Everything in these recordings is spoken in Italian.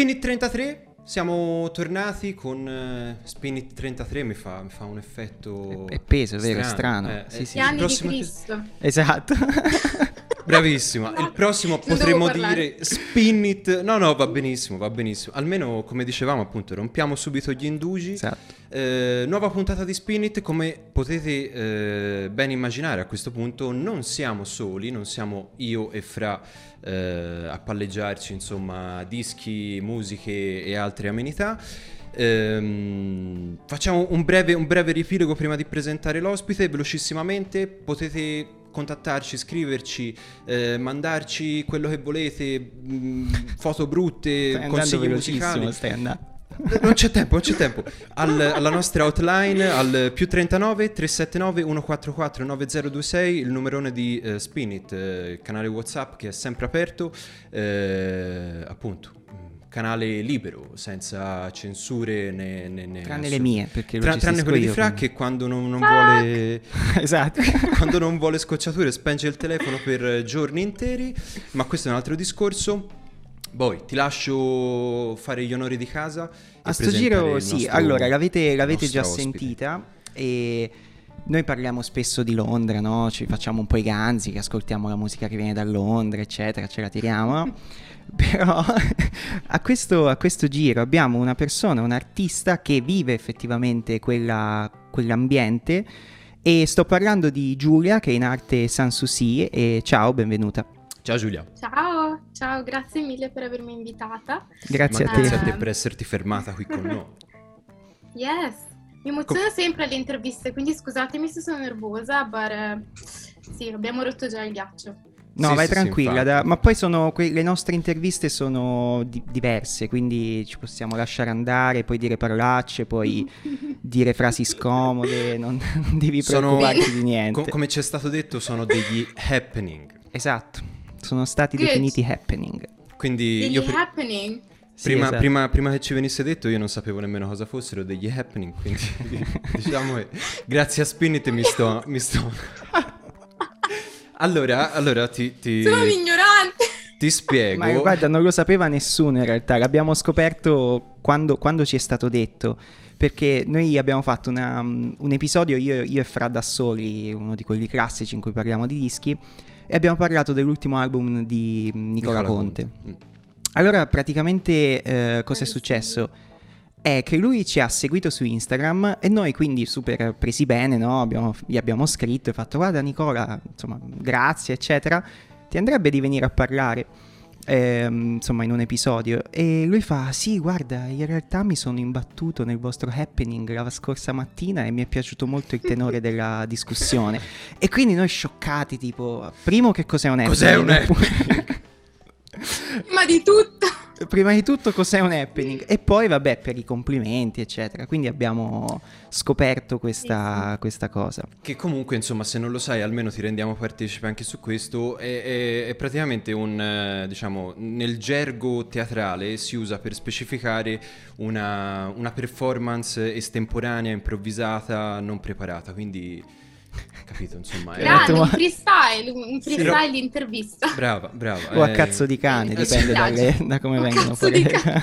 Spin It 33. Siamo tornati con Spin It 33, mi fa un effetto... È peso, è vero, strano. Sì. Gli anni di Cristo. Esatto. Bravissima, il prossimo potremmo dire Spin It. No, va benissimo. Almeno, come dicevamo, appunto, rompiamo subito gli indugi. Esatto. Nuova puntata di Spin It. Come potete ben immaginare, a questo punto non siamo soli, non siamo io e Fra a palleggiarci, insomma, dischi, musiche e altre amenità. Facciamo un breve riepilogo prima di presentare l'ospite. Velocissimamente potete contattarci, scriverci, mandarci quello che volete, foto brutte, consigli musicali. Non c'è tempo. Alla nostra hotline al +39 379 144 9026, il numerone di Spin It, il canale WhatsApp che è sempre aperto, appunto. Canale libero, senza censure tranne le mie, perché tranne quelli di Fra, che quando non vuole esatto, quando non vuole scocciature spenge il telefono per giorni interi, ma questo è un altro discorso. Poi ti lascio fare gli onori di casa a sto giro. Sì, allora l'avete già ospite. sentita, e noi parliamo spesso di Londra, no? Ci facciamo un po' i ganzi, che ascoltiamo la musica che viene da Londra, eccetera, ce la tiriamo, no? Però a questo giro abbiamo una persona, un artista che vive effettivamente quell'ambiente, e sto parlando di Giulia, che è in arte Sanssouci. E ciao, benvenuta. Ciao Giulia. Ciao, grazie mille per avermi invitata. Grazie a te. Grazie a te per esserti fermata qui con noi. Yes, mi emoziono sempre alle interviste, quindi scusatemi se sono nervosa, ma sì, abbiamo rotto già il ghiaccio. No, sì, vai sì, tranquilla, ma poi le nostre interviste sono diverse, quindi ci possiamo lasciare andare, poi dire parolacce, poi dire frasi scomode, non devi preoccuparti di niente. Come ci è stato detto, sono degli happening. Esatto, sono stati definiti happening. Quindi degli happening? Prima, esatto. prima che ci venisse detto, io non sapevo nemmeno cosa fossero degli happening, quindi diciamo che grazie a Spin It mi sto... Allora Sono un ignorante. Ti spiego. Ma guarda, non lo sapeva nessuno in realtà, l'abbiamo scoperto quando ci è stato detto, perché noi abbiamo fatto un episodio, io e Fra da soli, uno di quelli classici in cui parliamo di dischi, e abbiamo parlato dell'ultimo album di Nicola Conte. Allora praticamente cosa è successo? È che lui ci ha seguito su Instagram, e noi quindi super presi bene, no? Gli abbiamo scritto e fatto: guarda Nicola, insomma, grazie eccetera, ti andrebbe di venire a parlare insomma in un episodio? E lui fa: sì, guarda, in realtà mi sono imbattuto nel vostro happening la scorsa mattina e mi è piaciuto molto il tenore della discussione. E quindi noi scioccati, tipo, primo, che cos'è un happening? Cos'è un happening? Ma di tutto. Prima di tutto, cos'è un happening? E poi, vabbè, per i complimenti, eccetera. Quindi abbiamo scoperto questa cosa. Che comunque, insomma, se non lo sai, almeno ti rendiamo partecipe anche su questo. È praticamente diciamo, nel gergo teatrale si usa per specificare una performance estemporanea, improvvisata, non preparata. Quindi... capito, insomma, grande, un freestyle di intervista. Brava. O a cazzo di cane, dipende da come vengono fuori.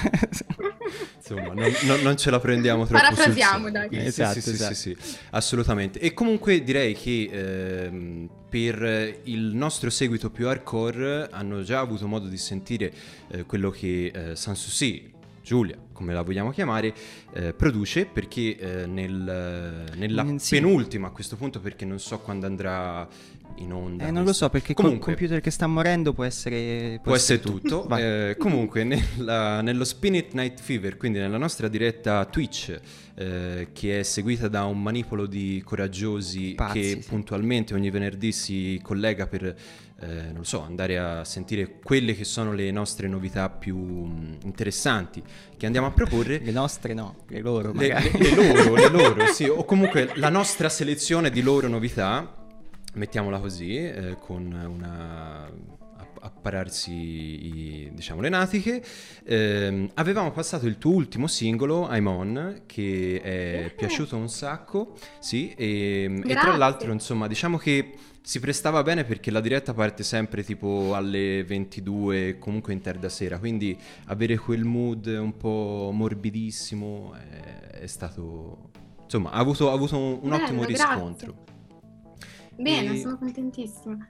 Insomma, non ce la prendiamo troppo. Parafrasiamo, dai. Esatto. Sì, assolutamente. E comunque direi che per il nostro seguito più hardcore hanno già avuto modo di sentire quello che Sanssouci, Giulia, come la vogliamo chiamare, produce, perché nella penultima, a questo punto, perché non so quando andrà in onda. Non lo so, perché comunque, col computer che sta morendo può essere tutto. Comunque nello Spin It Night Fever, quindi nella nostra diretta Twitch, che è seguita da un manipolo di coraggiosi che puntualmente ogni venerdì si collega per non lo so, andare a sentire quelle che sono le nostre novità più interessanti che andiamo a proporre. Le nostre no, le loro magari. Le loro, sì, o comunque la nostra selezione di loro novità, mettiamola così, con una a pararsi diciamo le natiche. Avevamo passato il tuo ultimo singolo, I'm On, che è piaciuto un sacco, sì, e tra l'altro insomma diciamo che si prestava bene perché la diretta parte sempre tipo alle 22, comunque in tarda sera, quindi avere quel mood un po' morbidissimo è stato, insomma, ha avuto un ottimo riscontro. Bene, sono contentissima.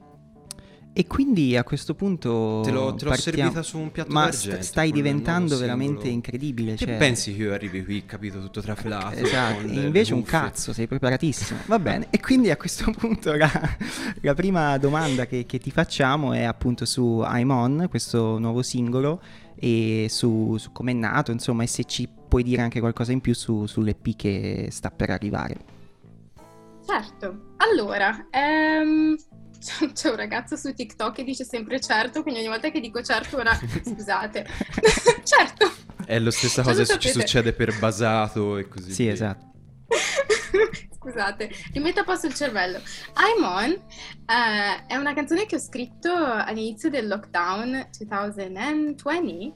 E quindi a questo punto te l'ho servita su un piatto d'argento. Ma stai diventando veramente incredibile. Che pensi che io arrivi qui, capito, tutto trafelato? Esatto, invece un cazzo, sei preparatissimo. Va bene, e quindi a questo punto la prima domanda che ti facciamo è appunto su I'm On, questo nuovo singolo, e su come è nato, insomma, e se ci puoi dire anche qualcosa in più sull'EP che sta per arrivare. Certo, allora... C'è un ragazzo su TikTok che dice sempre certo, quindi ogni volta che dico certo ora scusate. Certo. È la stessa cosa che ci succede per Basato e così. Sì, via. Esatto. Scusate, rimetto a posto il cervello. I'm On è una canzone che ho scritto all'inizio del lockdown 2020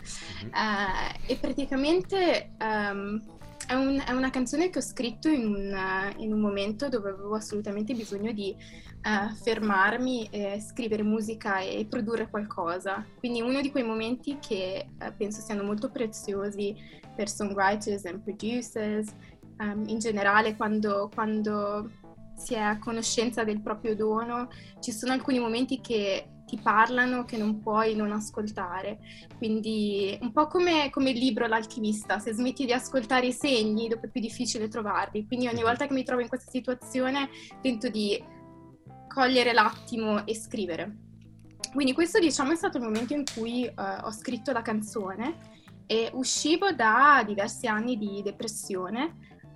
e praticamente è una canzone che ho scritto in un momento dove avevo assolutamente bisogno di fermarmi, scrivere musica e produrre qualcosa. Quindi uno di quei momenti che penso siano molto preziosi per songwriters and producers, in generale quando si è a conoscenza del proprio dono, ci sono alcuni momenti che ti parlano che non puoi non ascoltare, quindi un po' come il libro L'Alchimista, se smetti di ascoltare i segni dopo è più difficile trovarli, quindi ogni volta che mi trovo in questa situazione tento di cogliere l'attimo e scrivere. Quindi questo diciamo è stato il momento in cui ho scritto la canzone e uscivo da diversi anni di depressione.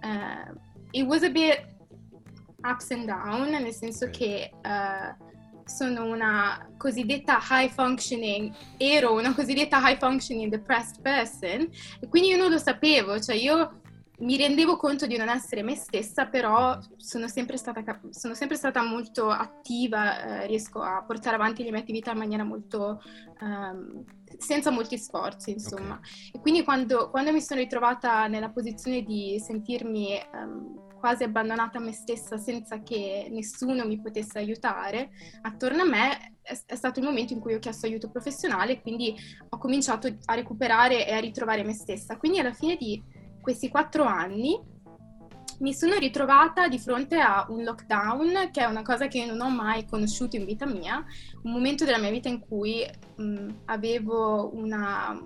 It was a bit ups and down, nel senso che sono una cosiddetta ero una cosiddetta high functioning depressed person e quindi io non lo sapevo, cioè io mi rendevo conto di non essere me stessa, però sono sempre stata molto attiva, riesco a portare avanti le mie attività in maniera molto senza molti sforzi, insomma. Okay. E quindi quando mi sono ritrovata nella posizione di sentirmi quasi abbandonata a me stessa senza che nessuno mi potesse aiutare attorno a me, è stato il momento in cui ho chiesto aiuto professionale, quindi ho cominciato a recuperare e a ritrovare me stessa. Quindi alla fine di questi 4 anni mi sono ritrovata di fronte a un lockdown, che è una cosa che io non ho mai conosciuto in vita mia, un momento della mia vita in cui avevo una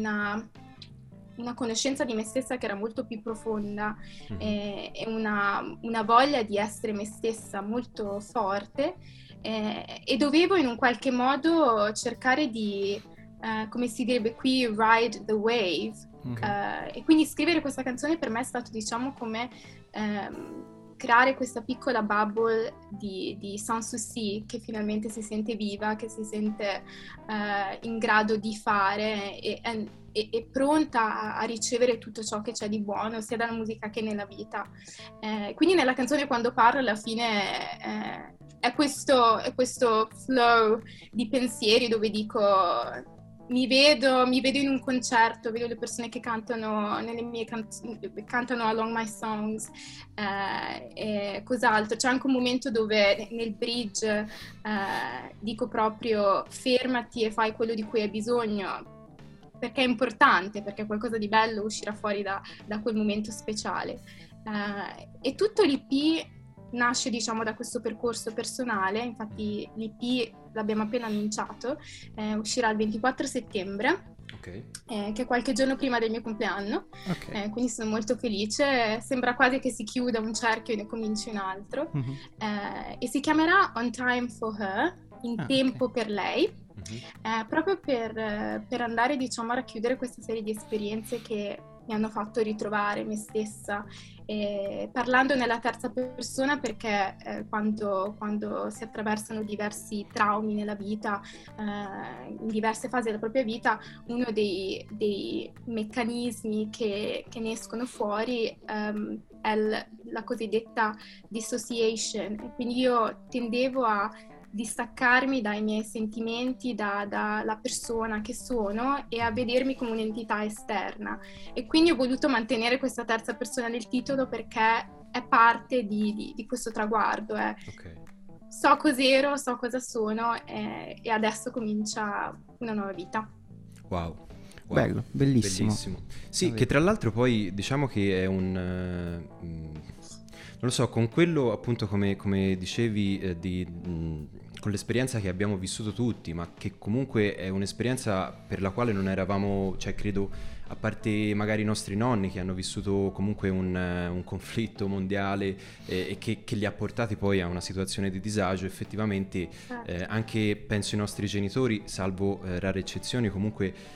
conoscenza di me stessa che era molto più profonda e una voglia di essere me stessa molto forte e dovevo in un qualche modo cercare di, come si direbbe qui, ride the wave. E quindi scrivere questa canzone per me è stato diciamo come creare questa piccola bubble di Sanssouci che finalmente si sente viva, che si sente in grado di fare e pronta a ricevere tutto ciò che c'è di buono sia dalla musica che nella vita. Quindi nella canzone quando parlo alla fine è questo flow di pensieri dove dico mi vedo in un concerto, vedo le persone che cantano nelle mie cantano along my songs e cos'altro. C'è anche un momento dove nel bridge dico proprio fermati e fai quello di cui hai bisogno, perché è importante, perché qualcosa di bello uscirà fuori da quel momento speciale. E tutto l'EP nasce diciamo da questo percorso personale, infatti l'EP l'abbiamo appena annunciato, uscirà il 24 settembre, okay. Che è qualche giorno prima del mio compleanno, okay. Quindi sono molto felice, sembra quasi che si chiuda un cerchio e ne cominci un altro, e si chiamerà On Time for Her, in tempo okay. per lei, proprio per andare diciamo a racchiudere questa serie di esperienze che mi hanno fatto ritrovare me stessa, parlando nella terza persona perché quando si attraversano diversi traumi nella vita, in diverse fasi della propria vita, uno dei meccanismi che ne escono fuori è la cosiddetta dissociation, e quindi io tendevo a distaccarmi dai miei sentimenti, dalla persona che sono, e a vedermi come un'entità esterna. E quindi ho voluto mantenere questa terza persona del titolo perché è parte di questo traguardo. Ok. So cos'ero, so cosa sono, e adesso comincia una nuova vita. Wow. Bello, bellissimo. Sì, che tra l'altro poi diciamo che è un... non lo so, con quello appunto come dicevi, con l'esperienza che abbiamo vissuto tutti, ma che comunque è un'esperienza per la quale non eravamo, cioè credo, a parte magari i nostri nonni che hanno vissuto comunque un conflitto mondiale e che li ha portati poi a una situazione di disagio, effettivamente anche penso i nostri genitori, salvo rare eccezioni, comunque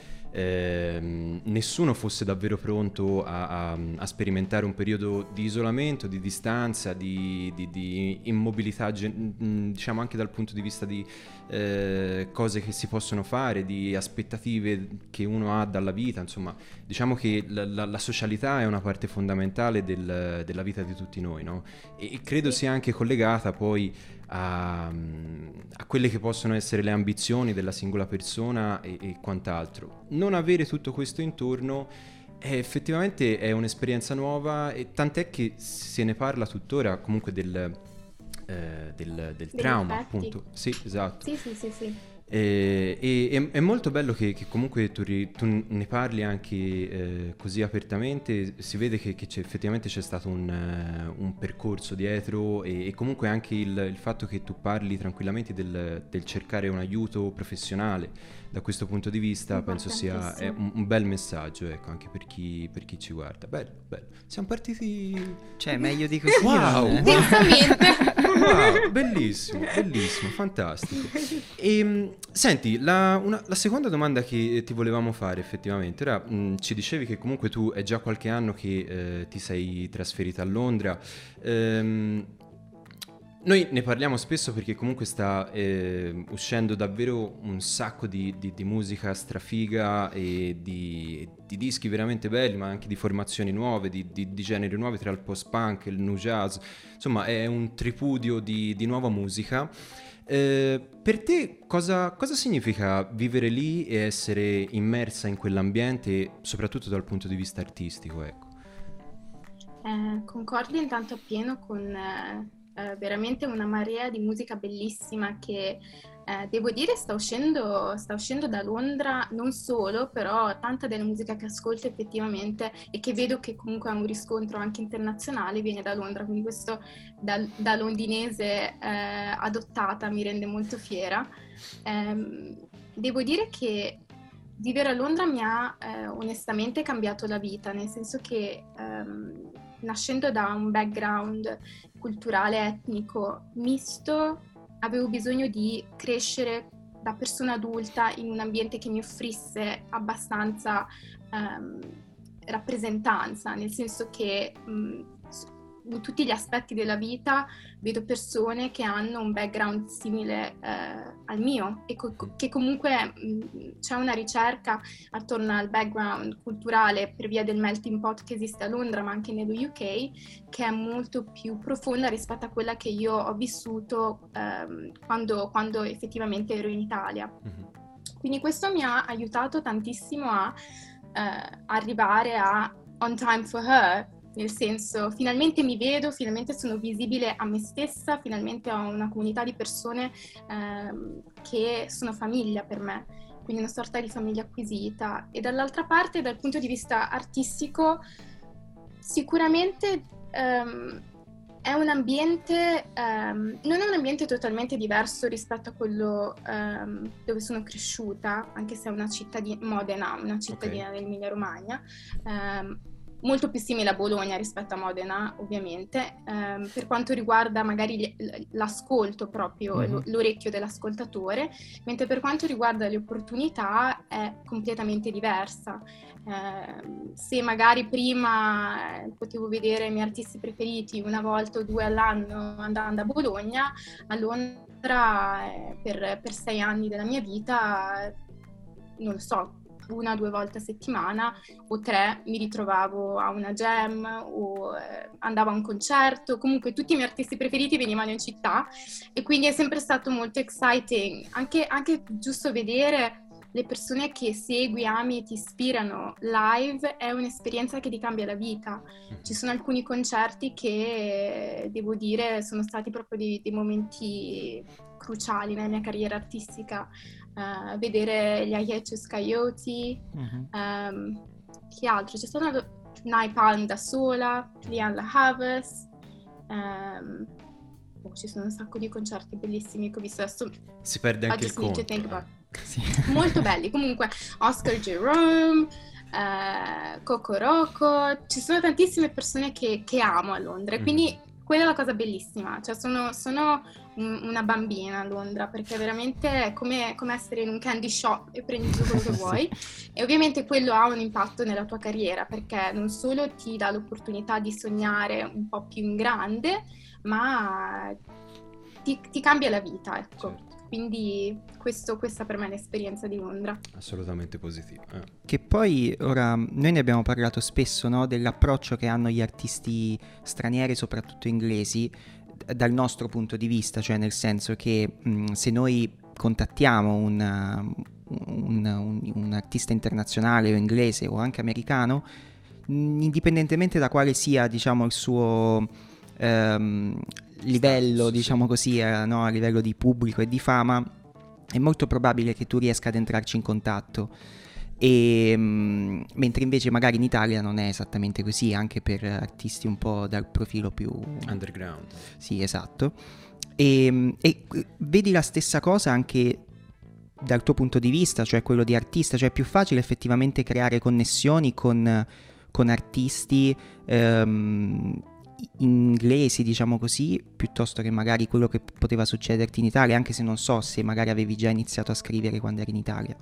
nessuno fosse davvero pronto a sperimentare un periodo di isolamento, di distanza, di immobilità, diciamo anche dal punto di vista di cose che si possono fare, di aspettative che uno ha dalla vita. Insomma, diciamo che la socialità è una parte fondamentale della vita di tutti noi, no? E credo sia anche collegata poi a quelle che possono essere le ambizioni della singola persona e quant'altro. Non avere tutto questo intorno effettivamente è un'esperienza nuova, e tant'è che se ne parla tuttora comunque del trauma, effetti. appunto. Sì, esatto. Sì. E è molto bello che comunque tu ne parli anche così apertamente. Si vede che effettivamente c'è stato un percorso dietro, e comunque anche il fatto che tu parli tranquillamente del cercare un aiuto professionale da questo punto di vista, penso sia un bel messaggio, ecco, anche per chi ci guarda. Bello. Siamo partiti... Cioè, meglio di così. Wow, Intensamente. wow, bellissimo, fantastico. E senti, la seconda domanda che ti volevamo fare effettivamente era, ci dicevi che comunque tu è già qualche anno che ti sei trasferita a Londra. Noi ne parliamo spesso perché comunque sta uscendo davvero un sacco di musica strafiga e di dischi veramente belli, ma anche di formazioni nuove, di generi nuovi, tra il post-punk e il nu jazz. Insomma, è un tripudio di nuova musica. Per te cosa significa vivere lì e essere immersa in quell'ambiente, soprattutto dal punto di vista artistico, ecco? Concordo intanto appieno con veramente una marea di musica bellissima che devo dire sta uscendo da Londra. Non solo, però tanta della musica che ascolto effettivamente e che vedo che comunque ha un riscontro anche internazionale viene da Londra, quindi questo da londinese adottata mi rende molto fiera. Devo dire che vivere a Londra mi ha onestamente cambiato la vita, nel senso che nascendo da un background culturale etnico misto, avevo bisogno di crescere da persona adulta in un ambiente che mi offrisse abbastanza rappresentanza, nel senso che in tutti gli aspetti della vita vedo persone che hanno un background simile al mio, e che comunque c'è una ricerca attorno al background culturale per via del melting pot che esiste a Londra ma anche nello UK, che è molto più profonda rispetto a quella che io ho vissuto quando effettivamente ero in Italia. Quindi questo mi ha aiutato tantissimo a arrivare a On Time for Her, nel senso, finalmente mi vedo, finalmente sono visibile a me stessa, finalmente ho una comunità di persone che sono famiglia per me, quindi una sorta di famiglia acquisita. E dall'altra parte, dal punto di vista artistico, sicuramente è un ambiente, non è un ambiente totalmente diverso rispetto a quello dove sono cresciuta, anche se è una cittadina, Modena, una cittadina dell'Emilia Romagna, molto più simile a Bologna rispetto a Modena, ovviamente, per quanto riguarda magari l'ascolto proprio, l'orecchio dell'ascoltatore, mentre per quanto riguarda le opportunità è completamente diversa. Se magari prima potevo vedere i miei artisti preferiti una volta o due all'anno andando a Bologna, a Londra per 6 anni della mia vita, non lo so, 1 o 2 volte a settimana o 3 mi ritrovavo a una jam o andavo a un concerto, comunque tutti i miei artisti preferiti venivano in città e quindi è sempre stato molto exciting, anche giusto vedere le persone che segui, ami e ti ispirano live è un'esperienza che ti cambia la vita. Ci sono alcuni concerti che, devo dire, sono stati proprio dei momenti cruciali nella mia carriera artistica. Vedere gli Hiatus Coyote, chi altro? C'è stato Napalm da sola, Lianne La Havas, ci sono un sacco di concerti bellissimi che ho visto adesso. Si perde anche il conto. Sì. Molto belli, comunque Oscar Jerome, Coco Rocco, ci sono tantissime persone che amo a Londra, quindi quella è la cosa bellissima, cioè sono una bambina a Londra, perché veramente è come essere in un candy shop e prendi tutto quello che vuoi. E ovviamente quello ha un impatto nella tua carriera, perché non solo ti dà l'opportunità di sognare un po' più in grande, ma ti cambia la vita, ecco. Certo. Quindi questa per me è l'esperienza di Londra. Assolutamente positiva. Che poi, ora, noi ne abbiamo parlato spesso, no, dell'approccio che hanno gli artisti stranieri, soprattutto inglesi, dal nostro punto di vista, cioè nel senso che se noi contattiamo un artista internazionale o inglese o anche americano, indipendentemente da quale sia, diciamo, il suo livello, diciamo così, no, a livello di pubblico e di fama, è molto probabile che tu riesca ad entrarci in contatto. Mentre invece magari in Italia non è esattamente così, anche per artisti un po' dal profilo più underground. Sì, esatto. E vedi la stessa cosa anche dal tuo punto di vista, cioè quello di artista, cioè è più facile effettivamente creare connessioni con artisti inglesi, diciamo così, piuttosto che magari quello che poteva succederti in Italia, anche se non so se magari avevi già iniziato a scrivere quando eri in Italia.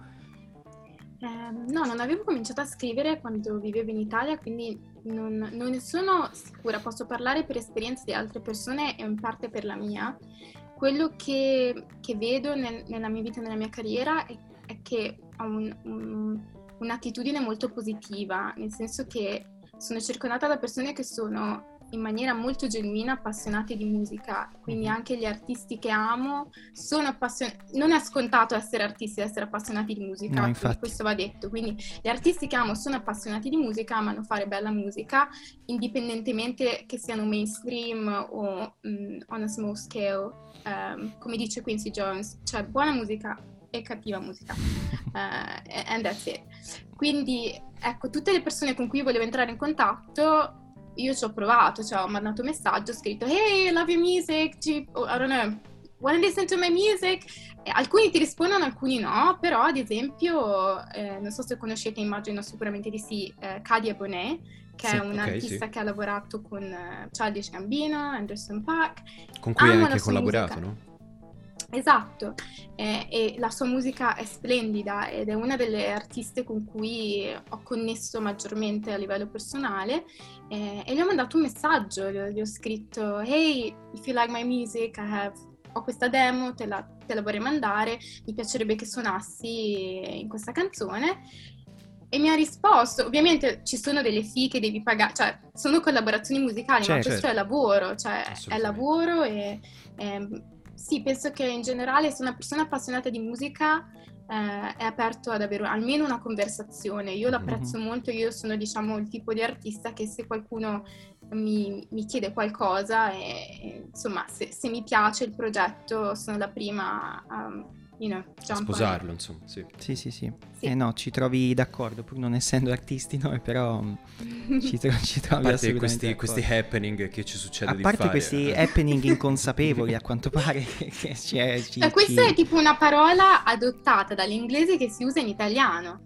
No, non avevo cominciato a scrivere quando vivevo in Italia, quindi non ne sono sicura. Posso parlare per esperienze di altre persone e in parte per la mia. Quello che vedo nella mia vita e nella mia carriera è che ho un'attitudine molto positiva, nel senso che sono circondata da persone che sono in maniera molto genuina appassionati di musica, quindi anche gli artisti che amo sono appassionati. Non è scontato essere artisti, essere appassionati di musica, no, questo va detto. Quindi gli artisti che amo sono appassionati di musica, amano fare bella musica, indipendentemente che siano mainstream o on a small scale, come dice Quincy Jones, cioè buona musica e cattiva musica, and that's it. Quindi ecco, tutte le persone con cui volevo entrare in contatto, io ci ho provato, cioè ho mandato un messaggio, ho scritto hey, I love your music, I don't know, wanna listen to my music? Alcuni ti rispondono, alcuni no, però ad esempio, non so se conoscete, immagino sicuramente di sì, Kadia Bonet, che è un'artista che ha lavorato con Childish Gambino, Anderson .Paak. Con cui hai anche collaborato, musica. No? Esatto, e la sua musica è splendida ed è una delle artiste con cui ho connesso maggiormente a livello personale, e gli ho mandato un messaggio, gli ho scritto hey, if you like my music, ho questa demo, te la vorrei mandare, mi piacerebbe che suonassi in questa canzone. E mi ha risposto, ovviamente ci sono delle fee che devi pagare, cioè sono collaborazioni musicali, ma questo è lavoro, cioè è lavoro e sì, penso che in generale se una persona appassionata di musica è aperto ad avere almeno una conversazione. Io l'apprezzo molto, io sono, diciamo, il tipo di artista che se qualcuno mi chiede qualcosa e insomma se mi piace il progetto sono la prima a sposarlo, insomma, sì. Sì. No, ci trovi d'accordo, pur non essendo artisti noi, però ci trovi a parte questi happening che ci succede di fare. A parte questi happening inconsapevoli, a quanto pare che questa è tipo una parola adottata dall'inglese che si usa in italiano.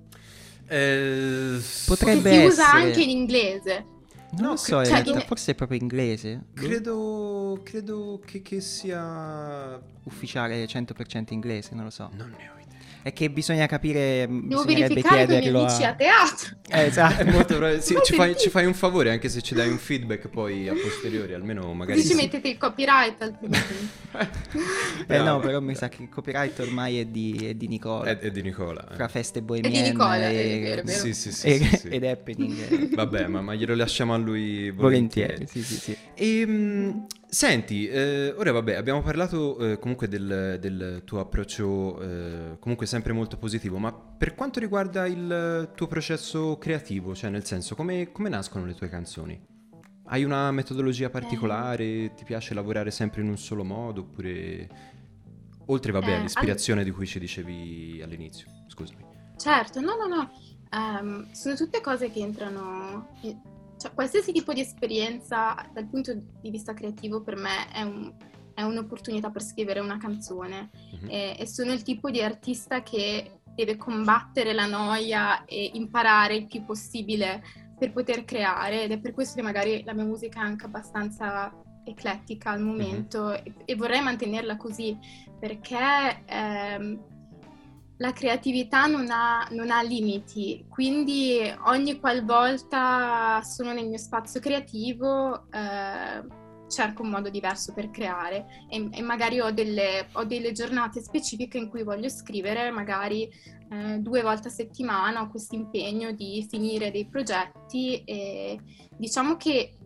Potrebbe che si essere. Usa anche in inglese. Non lo so, in realtà forse è proprio inglese. Credo che sia ufficiale 100% inglese, non lo so. Non ne ho idea. È che bisogna capire, Devo bisognerebbe verificare con i miei chiederlo amici a teatro. Esatto. È molto sì, Poi ci fai un favore, anche se ci dai un feedback poi a posteriori, almeno magari... Così ci mettete il copyright altrimenti. No, però mi sa che il copyright ormai è di Nicola. È di Nicola. Fra feste È bohemienne di Nicola, è vero. Sì. ed happening. Vabbè, ma glielo lasciamo a lui Volentieri, sì. Senti, ora vabbè, abbiamo parlato comunque del tuo approccio comunque sempre molto positivo, ma per quanto riguarda il tuo processo creativo, cioè nel senso, come nascono le tue canzoni? Hai una metodologia particolare? Ti piace lavorare sempre in un solo modo? Oppure, oltre vabbè all'ispirazione di cui ci dicevi all'inizio, scusami. Certo, no. Sono tutte cose che entrano... Cioè, qualsiasi tipo di esperienza dal punto di vista creativo per me è un'opportunità per scrivere una canzone. E sono il tipo di artista che deve combattere la noia e imparare il più possibile per poter creare, ed è per questo che magari la mia musica è anche abbastanza eclettica al momento e vorrei mantenerla così, perché la creatività non ha limiti, quindi ogni qualvolta sono nel mio spazio creativo cerco un modo diverso per creare e magari ho delle giornate specifiche in cui voglio scrivere, magari 2 volte a settimana ho questo impegno di finire dei progetti, e diciamo che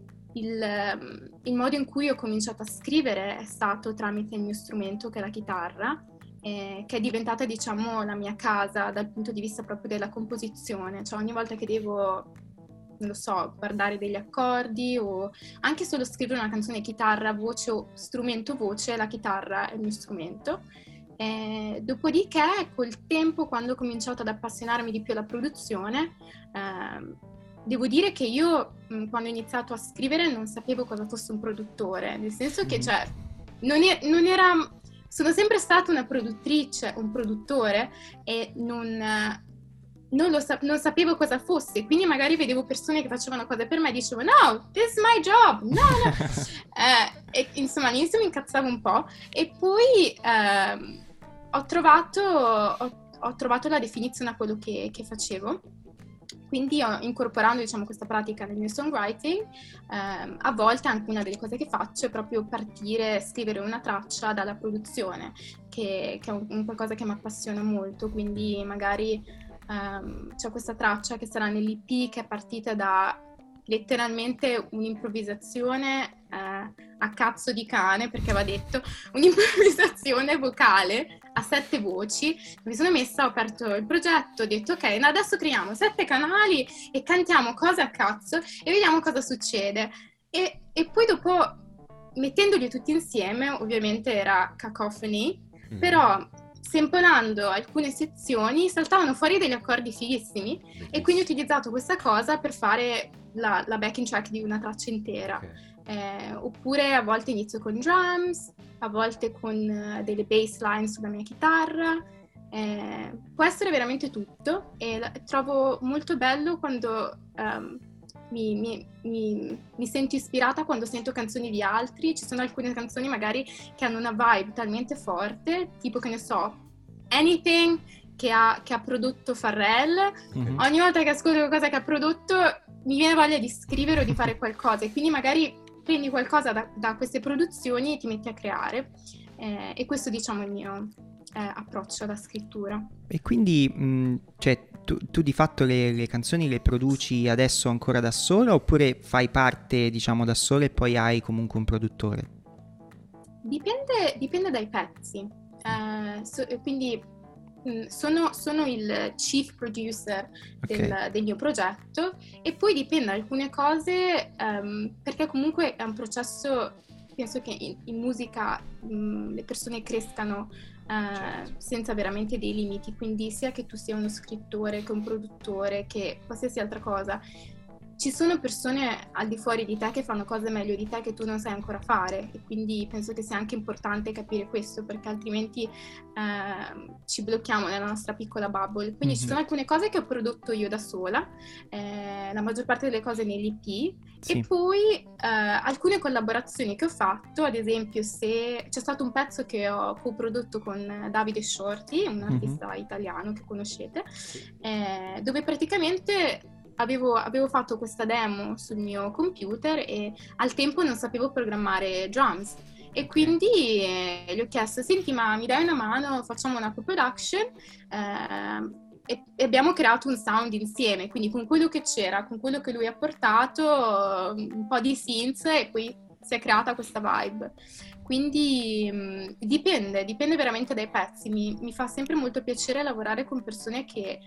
il modo in cui ho cominciato a scrivere è stato tramite il mio strumento, che è la chitarra, che è diventata, diciamo, la mia casa dal punto di vista proprio della composizione. Cioè ogni volta che devo, non lo so, guardare degli accordi o anche solo scrivere una canzone chitarra, voce o strumento voce, la chitarra è il mio strumento. Dopodiché col tempo, quando ho cominciato ad appassionarmi di più alla produzione, devo dire che io quando ho iniziato a scrivere non sapevo cosa fosse un produttore, nel senso che cioè, non era... Sono sempre stata una produttrice, un produttore, e non sapevo cosa fosse, quindi magari vedevo persone che facevano cose per me e dicevo no, this is my job, no. E insomma all'inizio mi incazzavo un po' e poi ho trovato la definizione a quello che facevo. Quindi incorporando, diciamo, questa pratica nel mio songwriting, a volte anche una delle cose che faccio è proprio partire, scrivere una traccia dalla produzione, che è un qualcosa che mi appassiona molto, quindi magari c'è questa traccia che sarà nell'EP che è partita da letteralmente un'improvvisazione a cazzo di cane, perché va detto, un'improvvisazione vocale a 7 voci. Mi sono messa, ho aperto il progetto, ho detto ok, adesso creiamo 7 canali e cantiamo cose a cazzo e vediamo cosa succede. E poi dopo, mettendoli tutti insieme, ovviamente era cacophony, però samplando alcune sezioni saltavano fuori degli accordi fighissimi, e quindi ho utilizzato questa cosa per fare la backing track di una traccia intera. Okay. Oppure a volte inizio con drums, a volte con delle bass line sulla mia chitarra, può essere veramente tutto, e trovo molto bello quando mi sento ispirata quando sento canzoni di altri. Ci sono alcune canzoni magari che hanno una vibe talmente forte, tipo, che ne so, Anything che ha prodotto Pharrell. Ogni volta che ascolto qualcosa che ha prodotto mi viene voglia di scrivere o di fare qualcosa, e quindi magari prendi qualcosa da queste produzioni e ti metti a creare, e questo, diciamo, è il mio approccio alla scrittura. E quindi cioè, tu di fatto le canzoni le produci adesso ancora da sola, oppure fai parte, diciamo, da sola e poi hai comunque un produttore? Dipende dai pezzi, quindi sono il chief producer del mio progetto, e poi dipende da alcune cose, perché comunque è un processo. Penso che in musica le persone crescano senza veramente dei limiti, quindi sia che tu sia uno scrittore, che un produttore, che qualsiasi altra cosa, ci sono persone al di fuori di te che fanno cose meglio di te che tu non sai ancora fare, e quindi penso che sia anche importante capire questo, perché altrimenti ci blocchiamo nella nostra piccola bubble. Quindi ci sono alcune cose che ho prodotto io da sola, la maggior parte delle cose nell'EP, e poi alcune collaborazioni che ho fatto, ad esempio se c'è stato un pezzo che ho coprodotto con Davide Shorty, un artista italiano che conoscete, dove praticamente avevo fatto questa demo sul mio computer e al tempo non sapevo programmare drums, e quindi gli ho chiesto: senti, ma mi dai una mano, facciamo una co-production, e abbiamo creato un sound insieme, quindi con quello che c'era, con quello che lui ha portato, un po' di synth, e poi si è creata questa vibe. Quindi dipende veramente dai pezzi. Mi fa sempre molto piacere lavorare con persone che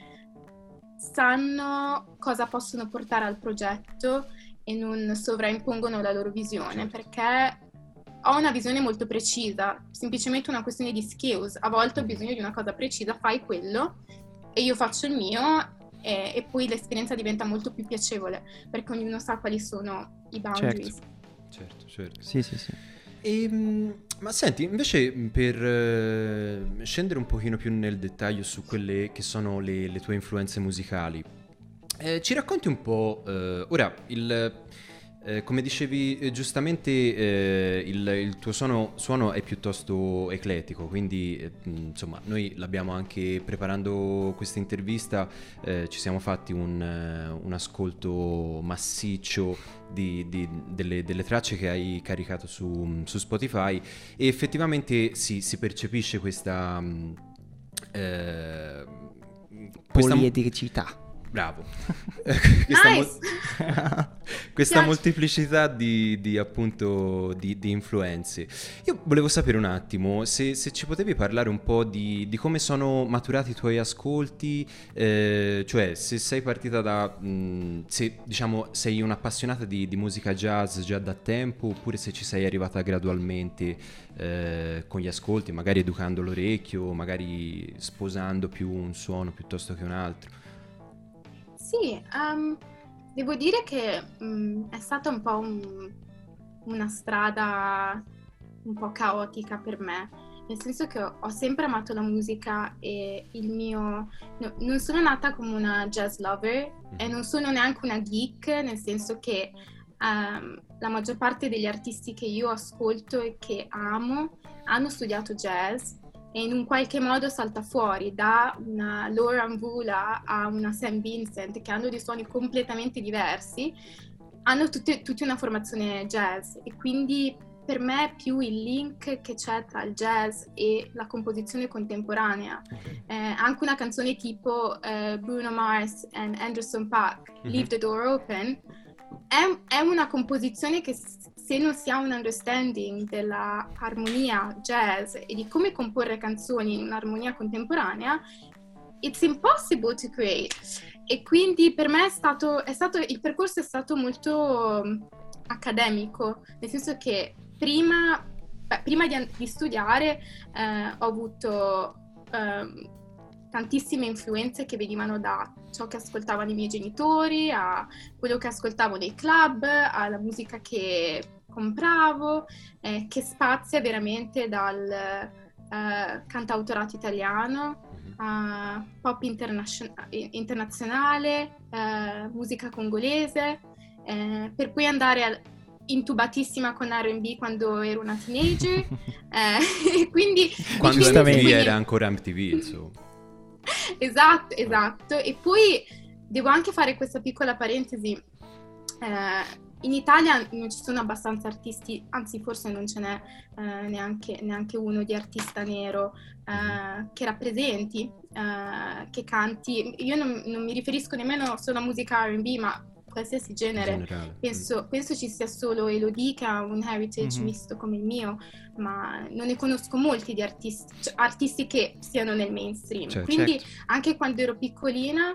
sanno cosa possono portare al progetto e non sovraimpongono la loro visione, perché ho una visione molto precisa, semplicemente una questione di skills. A volte ho bisogno di una cosa precisa, fai quello e io faccio il mio, e poi l'esperienza diventa molto più piacevole, perché ognuno sa quali sono i boundaries. Certo. Sì. Ma senti, invece, per scendere un pochino più nel dettaglio su quelle che sono le tue influenze musicali, ci racconti un po', ora, come dicevi giustamente, il tuo suono è piuttosto eclettico, quindi insomma noi l'abbiamo anche preparando questa intervista, ci siamo fatti un ascolto massiccio delle tracce che hai caricato su Spotify, e effettivamente si percepisce questa poliedricità. Bravo. Nice. Questa molteplicità di appunto di influenze. Io volevo sapere un attimo se ci potevi parlare un po' di come sono maturati i tuoi ascolti, cioè se sei partita se diciamo sei un'appassionata di musica jazz già da tempo, oppure se ci sei arrivata gradualmente con gli ascolti, magari educando l'orecchio, magari sposando più un suono piuttosto che un altro. Sì, devo dire che è stata un po' una strada un po' caotica per me, nel senso che ho sempre amato la musica, e non sono nata come una jazz lover e non sono neanche una geek, nel senso che la maggior parte degli artisti che io ascolto e che amo hanno studiato jazz, e in un qualche modo salta fuori da una Laura Mvula a una Sam Vincent, che hanno dei suoni completamente diversi, hanno tutti una formazione jazz, e quindi per me è più il link che c'è tra il jazz e la composizione contemporanea. Anche una canzone tipo Bruno Mars e Anderson .Paak, Leave the Door Open, è una composizione che, se non si ha un understanding della armonia jazz e di come comporre canzoni in un'armonia contemporanea, it's impossible to create. E quindi per me il percorso è stato molto accademico, nel senso che prima di studiare ho avuto tantissime influenze che venivano da ciò che ascoltavano i miei genitori, a quello che ascoltavo nei club, alla musica che compravo, che spazia veramente dal cantautorato italiano a pop internazionale, musica congolese, per poi andare intubatissima con R&B quando ero una teenager, quindi quando MTV era ancora MTV, insomma. Esatto. E poi devo anche fare questa piccola parentesi. In Italia non ci sono abbastanza artisti, anzi forse non ce n'è neanche uno di artista nero che rappresenti, che canti. Io non mi riferisco nemmeno solo a musica R&B, ma qualsiasi genere. Penso ci sia solo Elodie che ha un heritage misto come il mio, ma non ne conosco molti di artisti che siano nel mainstream. Quindi anche quando ero piccolina,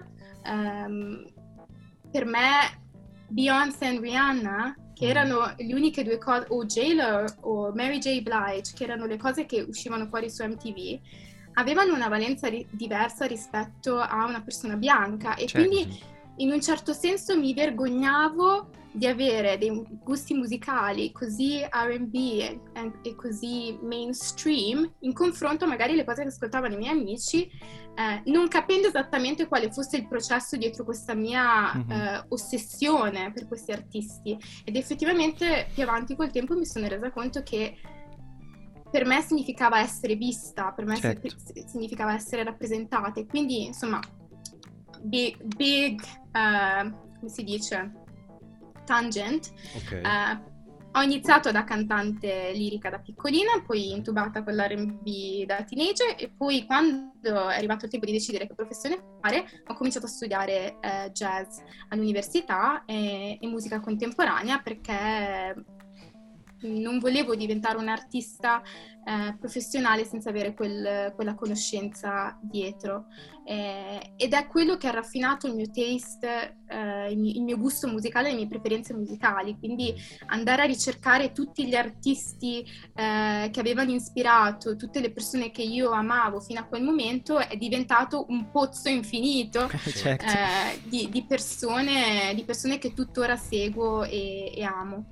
per me Beyoncé e Rihanna, che erano le uniche due cose, o J.Lo o Mary J. Blige, che erano le cose che uscivano fuori su MTV, avevano una valenza diversa rispetto a una persona bianca, e quindi in un certo senso mi vergognavo di avere dei gusti musicali così R&B e così mainstream in confronto magari alle cose che ascoltavano i miei amici, non capendo esattamente quale fosse il processo dietro questa mia ossessione per questi artisti. Ed effettivamente più avanti col tempo mi sono resa conto che per me significava essere vista, per me significava essere rappresentata, e quindi insomma big come si dice, tangent. Ho iniziato da cantante lirica da piccolina, poi intubata con l'R&B da teenager, e poi quando è arrivato il tempo di decidere che professione fare ho cominciato a studiare jazz all'università e musica contemporanea, perché non volevo diventare un artista professionale senza avere quella conoscenza dietro, ed è quello che ha raffinato il mio taste, il mio gusto musicale, le mie preferenze musicali. Quindi andare a ricercare tutti gli artisti che avevano ispirato, tutte le persone che io amavo fino a quel momento, è diventato un pozzo infinito di persone che tuttora seguo e amo.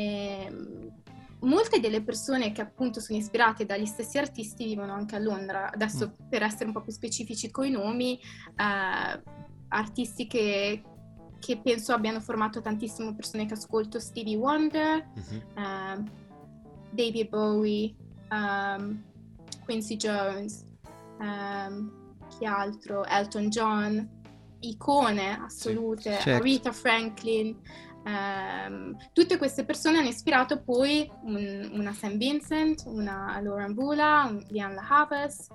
Molte delle persone che appunto sono ispirate dagli stessi artisti vivono anche a Londra. Adesso, per essere un po' più specifici coi nomi, artisti che penso abbiano formato tantissimo persone che ascolto: Stevie Wonder, David Bowie, Quincy Jones, chi altro? Elton John, icone assolute, Aretha Franklin. Tutte queste persone hanno ispirato poi una St. Vincent, una Lauren Bula, un Lianne La Havas.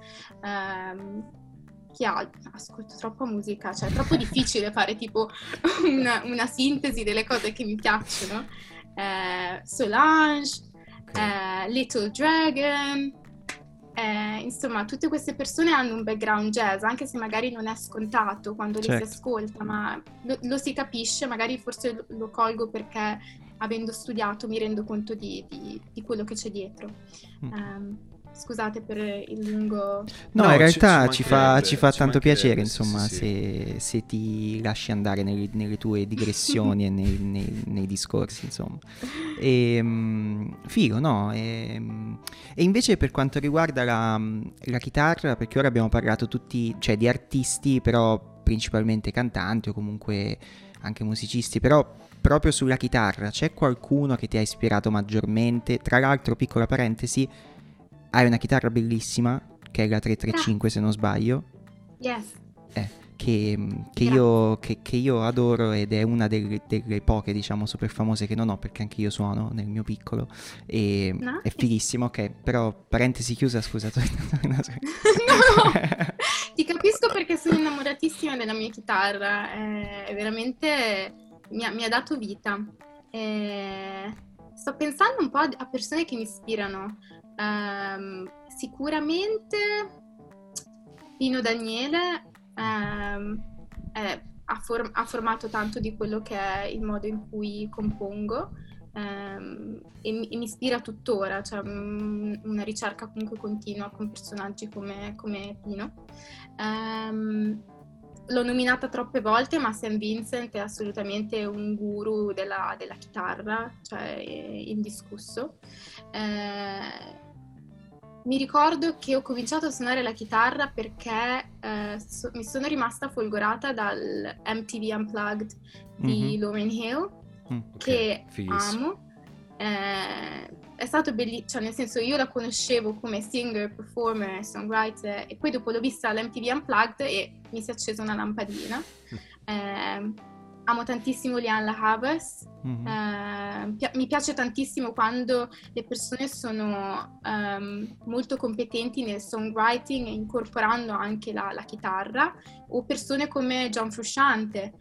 Chi altro? Ascolto troppa musica, cioè è troppo difficile fare tipo una sintesi delle cose che mi piacciono. Solange, Little Dragon. Insomma, tutte queste persone hanno un background jazz, anche se magari non è scontato quando li si ascolta, ma lo si capisce. Magari forse lo colgo perché, avendo studiato, mi rendo conto di quello che c'è dietro. Scusate per il lungo... No, in realtà ci fa tanto piacere, insomma, sì. Se ti lasci andare nelle tue digressioni e nei discorsi, insomma. Figo, no? E invece per quanto riguarda la chitarra, perché ora abbiamo parlato tutti, cioè di artisti, però principalmente cantanti o comunque anche musicisti, però proprio sulla chitarra c'è qualcuno che ti ha ispirato maggiormente? Tra l'altro, piccola parentesi, hai una chitarra bellissima, che è la 335 se non sbaglio. Yes. Che io adoro, ed è una delle poche, diciamo, super famose che non ho, perché anche io suono nel mio piccolo. E è fighissima, ok. Però, parentesi chiusa, scusa. No, ti capisco, perché sono innamoratissima della mia chitarra. Veramente mi ha dato vita. Sto pensando un po' a persone che mi ispirano. Sicuramente Pino Daniele ha formato tanto di quello che è il modo in cui compongo, e mi ispira tuttora, cioè una ricerca comunque continua con personaggi come Pino. L'ho nominata troppe volte, ma St. Vincent è assolutamente un guru della chitarra, cioè indiscusso. Mi ricordo che ho cominciato a suonare la chitarra perché mi sono rimasta folgorata dal MTV Unplugged di Lauryn Hill, che amo. È stato bellissimo, cioè nel senso, io la conoscevo come singer, performer, songwriter, e poi dopo l'ho vista all'MTV Unplugged e mi si è accesa una lampadina. Amo tantissimo Lianne La Havas. Mi piace tantissimo quando le persone sono molto competenti nel songwriting, incorporando anche la chitarra, o persone come John Frusciante.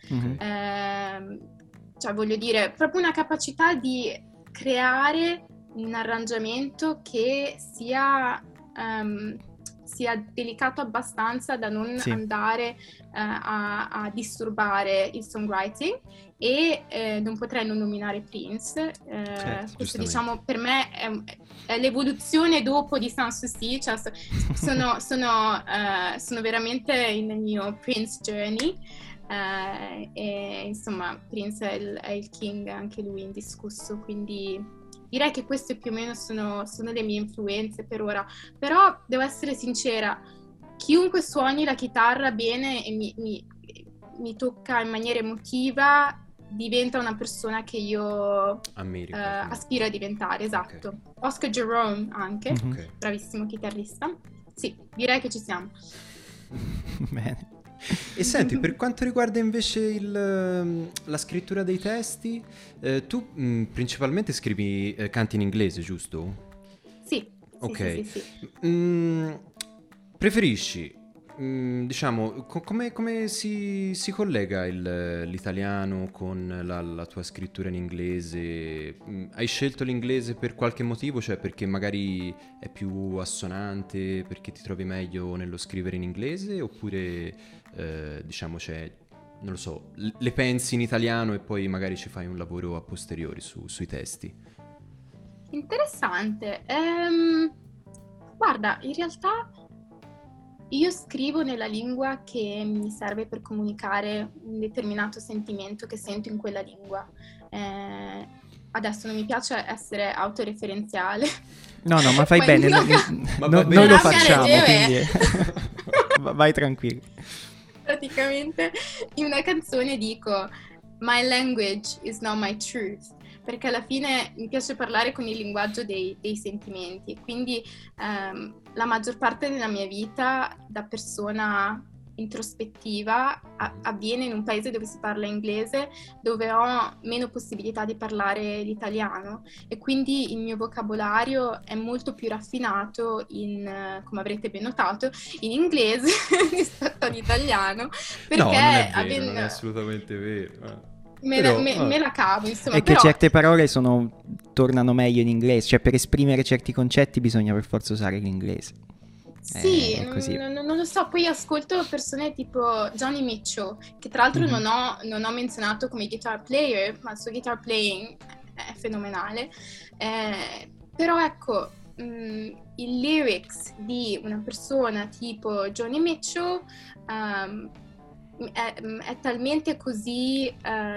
Cioè, voglio dire, proprio una capacità di creare un arrangiamento che sia delicato abbastanza da non andare a disturbare il songwriting. E non potrei non nominare Prince. Questo, diciamo, per me è l'evoluzione dopo di Sanssouci, cioè sono veramente nel mio Prince journey. e insomma Prince è il king anche lui indiscusso, quindi direi che queste più o meno sono le mie influenze per ora, però devo essere sincera, chiunque suoni la chitarra bene e mi tocca in maniera emotiva diventa una persona che io aspiro a diventare, esatto. Okay. Oscar Jerome anche, bravissimo chitarrista. Sì, direi che ci siamo. Bene. E senti, per quanto riguarda invece la scrittura dei testi, tu principalmente canti in inglese, giusto? Sì. Ok. Sì. Preferisci, diciamo, come si collega l'italiano con la tua scrittura in inglese? Hai scelto l'inglese per qualche motivo? Cioè perché magari è più assonante, perché ti trovi meglio nello scrivere in inglese? Oppure, diciamo, non lo so, le pensi in italiano e poi magari ci fai un lavoro a posteriori sui testi? Interessante. Guarda, in realtà io scrivo nella lingua che mi serve per comunicare un determinato sentimento che sento in quella lingua. Adesso non mi piace essere autoreferenziale. No, ma fai bene, noi lo facciamo, quindi vai tranquillo. Praticamente in una canzone dico "My language is not my truth", perché alla fine mi piace parlare con il linguaggio dei sentimenti, quindi la maggior parte della mia vita da persona introspettiva avviene in un paese dove si parla inglese, dove ho meno possibilità di parlare l'italiano, e quindi il mio vocabolario è molto più raffinato come avrete ben notato, in inglese rispetto all'italiano, perché no, non è vero, non è assolutamente vero. Me la cavo, insomma. È che certe parole tornano meglio in inglese, cioè per esprimere certi concetti bisogna per forza usare l'inglese. Sì, non lo so, poi ascolto persone tipo Johnny Mitchell, che tra l'altro non ho menzionato come guitar player, ma il suo guitar playing è fenomenale, però ecco, i lyrics di una persona tipo Johnny Mitchell è talmente così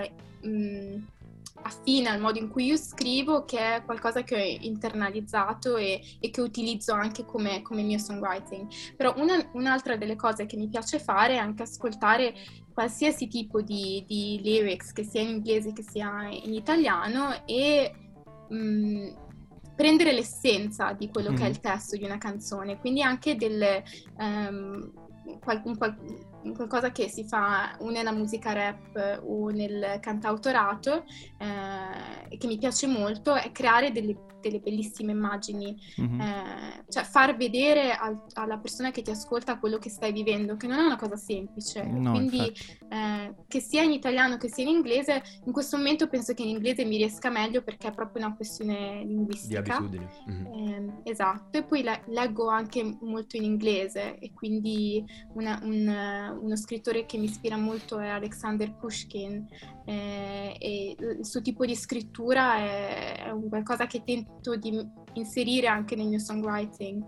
affine al modo in cui io scrivo che è qualcosa che ho internalizzato e che utilizzo anche come mio songwriting. Però un'altra delle cose che mi piace fare è anche ascoltare qualsiasi tipo di lyrics, che sia in inglese che sia in italiano, e prendere l'essenza di quello che è il testo di una canzone, quindi anche qualcosa che si fa o nella musica rap o nel cantautorato, che mi piace molto, è creare delle bellissime immagini, cioè far vedere alla persona che ti ascolta quello che stai vivendo, che non è una cosa semplice. No, quindi che sia in italiano che sia in inglese, in questo momento penso che in inglese mi riesca meglio perché è proprio una questione linguistica, di abitudine. Esatto, e poi leggo anche molto in inglese, e quindi uno scrittore che mi ispira molto è Alexander Pushkin, e il suo tipo di scrittura è un qualcosa che tento di inserire anche nel mio songwriting.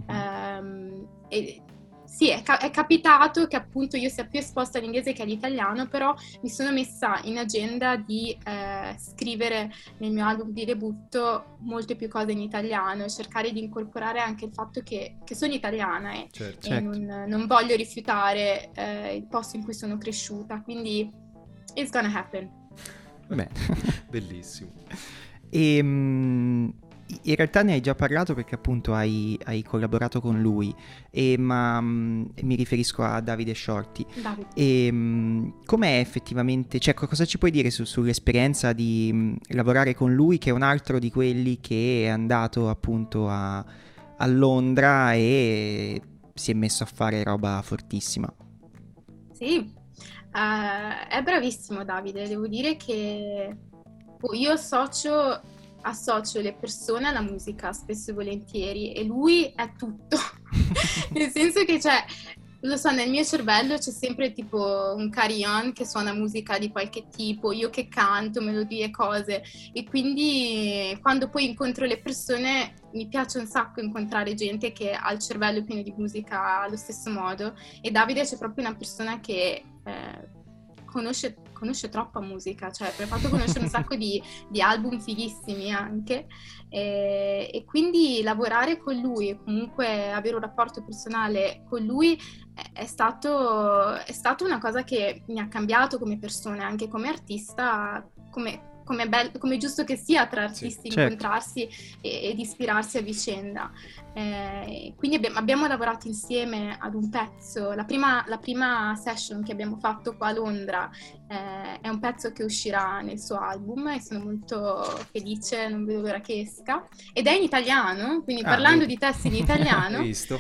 E sì, è capitato che appunto io sia più esposta all'inglese che all'italiano, però mi sono messa in agenda di scrivere nel mio album di debutto molte più cose in italiano e cercare di incorporare anche il fatto che sono italiana e non voglio rifiutare il posto in cui sono cresciuta, quindi it's gonna happen. Beh. Bellissimo. In realtà ne hai già parlato perché appunto hai collaborato con lui, ma mi riferisco a Davide Shorty. Com'è effettivamente, cioè cosa ci puoi dire sull'esperienza di lavorare con lui, che è un altro di quelli che è andato appunto a Londra e si è messo a fare roba fortissima? Sì, è bravissimo Davide, devo dire che io associo le persone alla musica spesso e volentieri, e lui è tutto. Nel senso che lo so, nel mio cervello c'è sempre tipo un carillon che suona musica di qualche tipo, io che canto melodie e cose, e quindi quando poi incontro le persone mi piace un sacco incontrare gente che ha il cervello pieno di musica allo stesso modo, e Davide c'è proprio una persona che conosce troppa musica, cioè mi ha fatto conoscere un sacco di album fighissimi anche, e quindi lavorare con lui e comunque avere un rapporto personale con lui è stato una cosa che mi ha cambiato come persona, anche come artista, come è giusto che sia tra artisti, certo, incontrarsi ed ispirarsi a vicenda. Quindi abbiamo lavorato insieme ad un pezzo. La prima session che abbiamo fatto qua a Londra è un pezzo che uscirà nel suo album e sono molto felice, non vedo l'ora che esca. Ed è in italiano, quindi parlando di testi in italiano. Visto.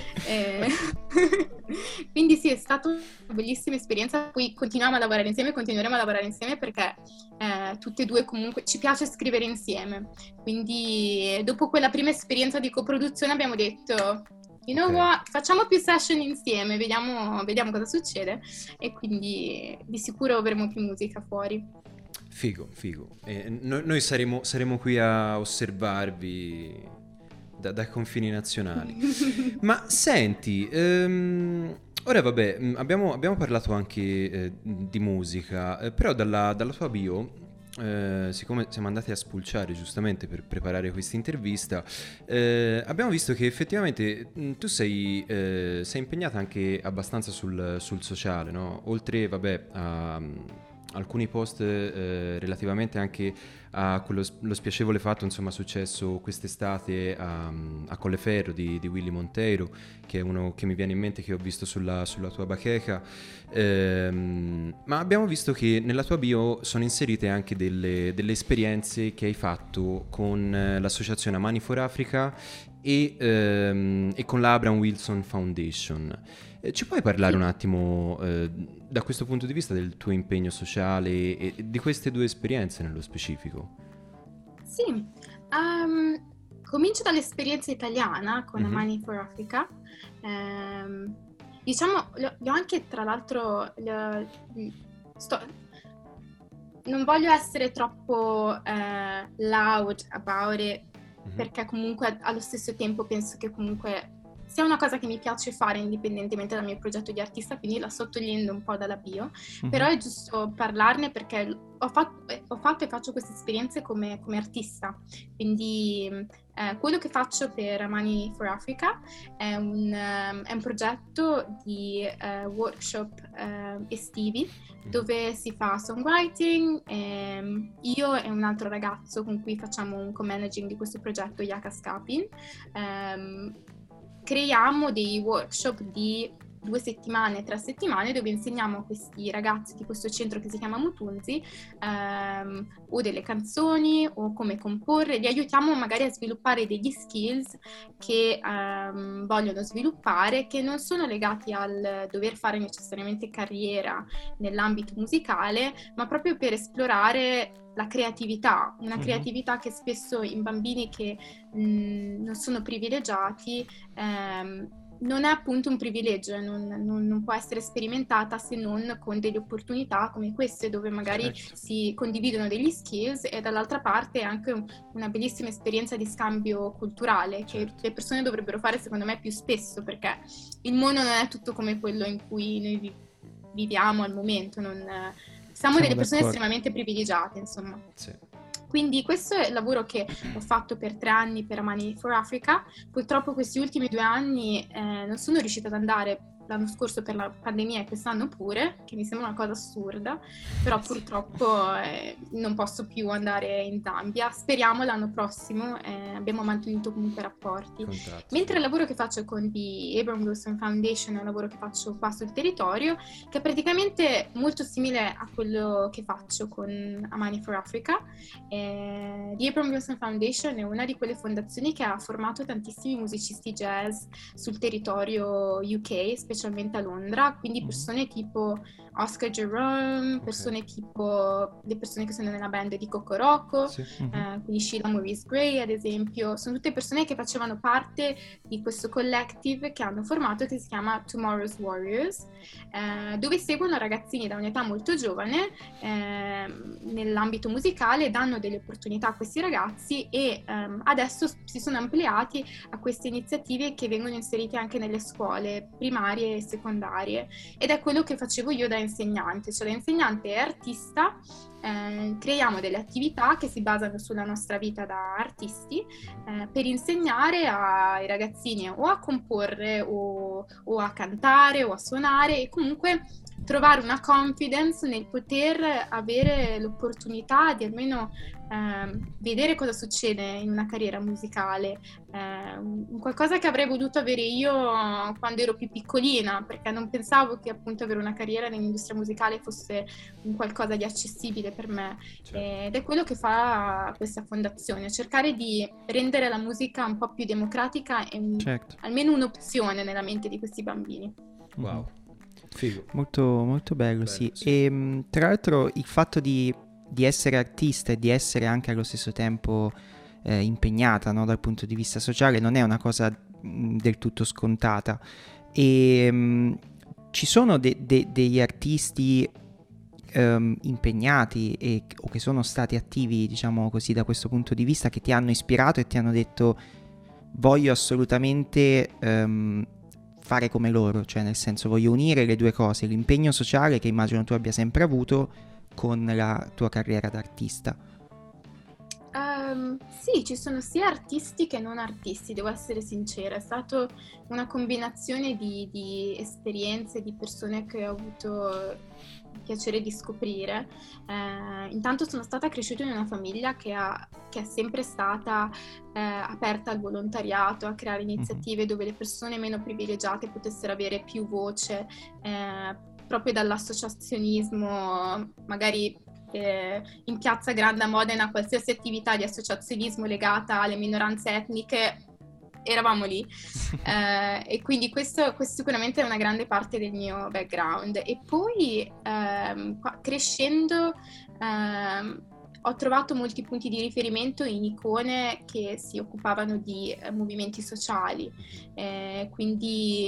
Quindi sì, è stata una bellissima esperienza. Poi continueremo a lavorare insieme perché tutte e due comunque ci piace scrivere insieme. Quindi dopo quella prima esperienza di coproduzione abbiamo detto, you know what, facciamo più session insieme, vediamo cosa succede, e quindi di sicuro avremo più musica fuori. Figo. Noi saremo qui a osservarvi dai confini nazionali. Ma senti, ora vabbè, abbiamo parlato anche di musica, però dalla tua bio, siccome siamo andati a spulciare giustamente per preparare questa intervista, abbiamo visto che effettivamente tu sei impegnata anche abbastanza sul sociale, no? Oltre, vabbè, a alcuni post relativamente anche a lo spiacevole fatto, insomma, successo quest'estate a Colleferro di Willy Monteiro, che è uno che mi viene in mente, che ho visto sulla tua bacheca, ma abbiamo visto che nella tua bio sono inserite anche delle esperienze che hai fatto con l'associazione Money for Africa e con la Abraham Wilson Foundation. Ci puoi parlare un attimo da questo punto di vista del tuo impegno sociale e di queste due esperienze nello specifico? Sì, comincio dall'esperienza italiana con Money for Africa. Diciamo, li ho anche, tra l'altro, non voglio essere troppo loud about it, perché comunque allo stesso tempo penso che comunque sia una cosa che mi piace fare indipendentemente dal mio progetto di artista, quindi la sottolineo un po' dalla bio, però è giusto parlarne perché ho fatto e faccio queste esperienze come artista, quindi quello che faccio per Money for Africa è un progetto di workshop estivi dove si fa songwriting, io e un altro ragazzo con cui facciamo un co-managing di questo progetto, Yaka Scapin, creiamo dei workshop di 2 settimane, 3 settimane, dove insegniamo a questi ragazzi di questo centro che si chiama Mutunzi o delle canzoni o come comporre, li aiutiamo magari a sviluppare degli skills che vogliono sviluppare, che non sono legati al dover fare necessariamente carriera nell'ambito musicale, ma proprio per esplorare la creatività, una creatività che spesso in bambini che non sono privilegiati non è appunto un privilegio, non può essere sperimentata se non con delle opportunità come queste, dove magari si condividono degli skills, e dall'altra parte è anche una bellissima esperienza di scambio culturale che le persone dovrebbero fare, secondo me, più spesso, perché il mondo non è tutto come quello in cui noi viviamo al momento, siamo delle persone estremamente privilegiate, insomma. Sì. Quindi questo è il lavoro che ho fatto per 3 anni per Money for Africa. Purtroppo questi ultimi 2 anni non sono riuscita ad andare, l'anno scorso per la pandemia e quest'anno pure, che mi sembra una cosa assurda, però purtroppo non posso più andare in Zambia. Speriamo l'anno prossimo, abbiamo mantenuto comunque rapporti. Mentre il lavoro che faccio con The Abraham Wilson Foundation è un lavoro che faccio qua sul territorio, che è praticamente molto simile a quello che faccio con Money for Africa. The Abraham Wilson Foundation è una di quelle fondazioni che ha formato tantissimi musicisti jazz sul territorio UK, specialmente a Londra, quindi persone tipo Oscar Jerome, persone tipo le persone che sono nella band di Kokoroko, quindi Sheila Maurice Gray ad esempio, sono tutte persone che facevano parte di questo collective che hanno formato, che si chiama Tomorrow's Warriors, dove seguono ragazzini da un'età molto giovane nell'ambito musicale, danno delle opportunità a questi ragazzi e adesso si sono ampliati a queste iniziative che vengono inserite anche nelle scuole primarie e secondarie, ed è quello che facevo io da insegnante, cioè da insegnante e artista creiamo delle attività che si basano sulla nostra vita da artisti per insegnare ai ragazzini o a comporre o a cantare o a suonare, e comunque trovare una confidence nel poter avere l'opportunità di almeno vedere cosa succede in una carriera musicale, qualcosa che avrei voluto avere io quando ero più piccolina, perché non pensavo che appunto avere una carriera nell'industria musicale fosse un qualcosa di accessibile per me. Certo. Ed è quello che fa questa fondazione, cercare di rendere la musica un po' più democratica e Certo. almeno un'opzione nella mente di questi bambini. Wow, figo. Molto, molto bello, sì. sì. E tra l'altro il fatto di essere artista e di essere anche allo stesso tempo impegnata, no, dal punto di vista sociale non è una cosa del tutto scontata. E ci sono degli artisti impegnati o che sono stati attivi, diciamo così, da questo punto di vista, che ti hanno ispirato e ti hanno detto voglio assolutamente fare come loro, cioè nel senso voglio unire le due cose, l'impegno sociale che immagino tu abbia sempre avuto con la tua carriera d'artista. Sì, ci sono sia artisti che non artisti, devo essere sincera, è stata una combinazione di esperienze, di persone che ho avuto il piacere di scoprire. Intanto sono stata cresciuta in una famiglia che è sempre stata aperta al volontariato, a creare iniziative dove le persone meno privilegiate potessero avere più voce, proprio dall'associazionismo, magari in Piazza Grande a Modena, qualsiasi attività di associazionismo legata alle minoranze etniche, eravamo lì. E quindi questo sicuramente è una grande parte del mio background. E poi crescendo ho trovato molti punti di riferimento in icone che si occupavano di movimenti sociali, quindi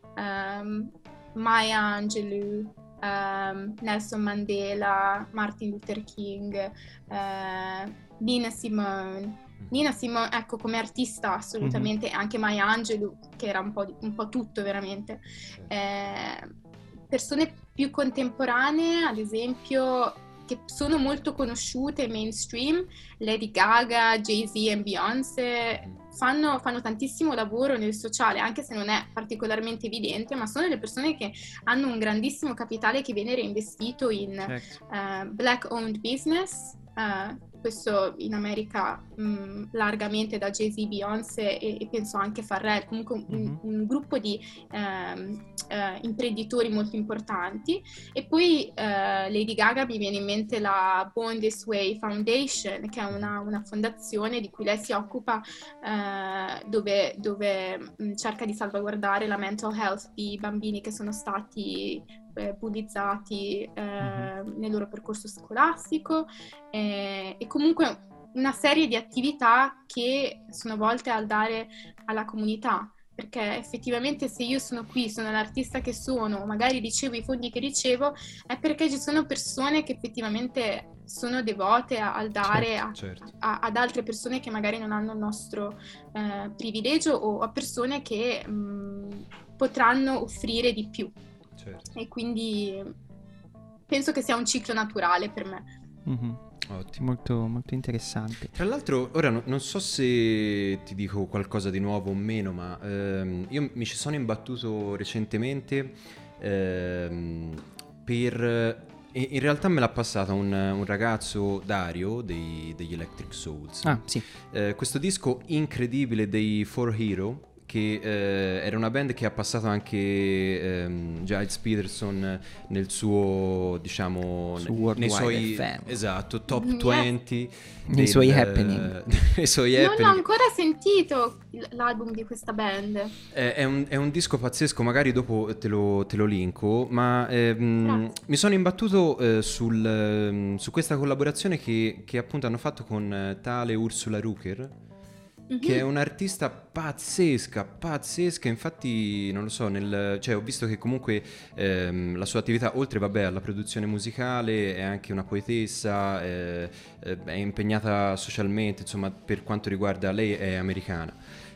Maya Angelou, Nelson Mandela, Martin Luther King, Nina Simone. Nina Simone, ecco, come artista assolutamente, anche Maya Angelou, che era un po' tutto veramente. Persone più contemporanee, ad esempio, che sono molto conosciute mainstream, Lady Gaga, Jay-Z e Beyoncé, fanno tantissimo lavoro nel sociale, anche se non è particolarmente evidente, ma sono delle persone che hanno un grandissimo capitale che viene reinvestito in black owned business, questo in America largamente da Jay-Z, Beyoncé e penso anche Pharrell, comunque un gruppo di imprenditori molto importanti. E poi Lady Gaga, mi viene in mente la Born This Way Foundation, che è una fondazione di cui lei si occupa, dove cerca di salvaguardare la mental health di bambini che sono stati bullizzati nel loro percorso scolastico, e comunque una serie di attività che sono volte al dare alla comunità, perché effettivamente se io sono qui, sono l'artista che sono, magari ricevo i fondi che ricevo, è perché ci sono persone che effettivamente sono devote al dare ad altre persone che magari non hanno il nostro privilegio, o a persone che potranno offrire di più. E quindi penso che sia un ciclo naturale per me. Ottimo. Molto, molto interessante. Tra l'altro, ora non so se ti dico qualcosa di nuovo o meno, ma io mi ci sono imbattuto recentemente per... In realtà me l'ha passata un ragazzo, Dario, degli Electric Souls. Sì. Questo disco incredibile dei For Hero, che era una band che ha passato anche Giles Peterson nel suo, diciamo, nei suoi FM. Esatto, top 20 nei suoi happening. Non l'ho ancora sentito l'album di questa band. È un disco pazzesco, magari dopo te lo linko, ma mi sono imbattuto su questa collaborazione che appunto hanno fatto con tale Ursula Rucker, che è un'artista pazzesca, infatti non lo so, cioè ho visto che comunque la sua attività, oltre alla produzione musicale, è anche una poetessa, è impegnata socialmente, insomma, per quanto riguarda lei è americana.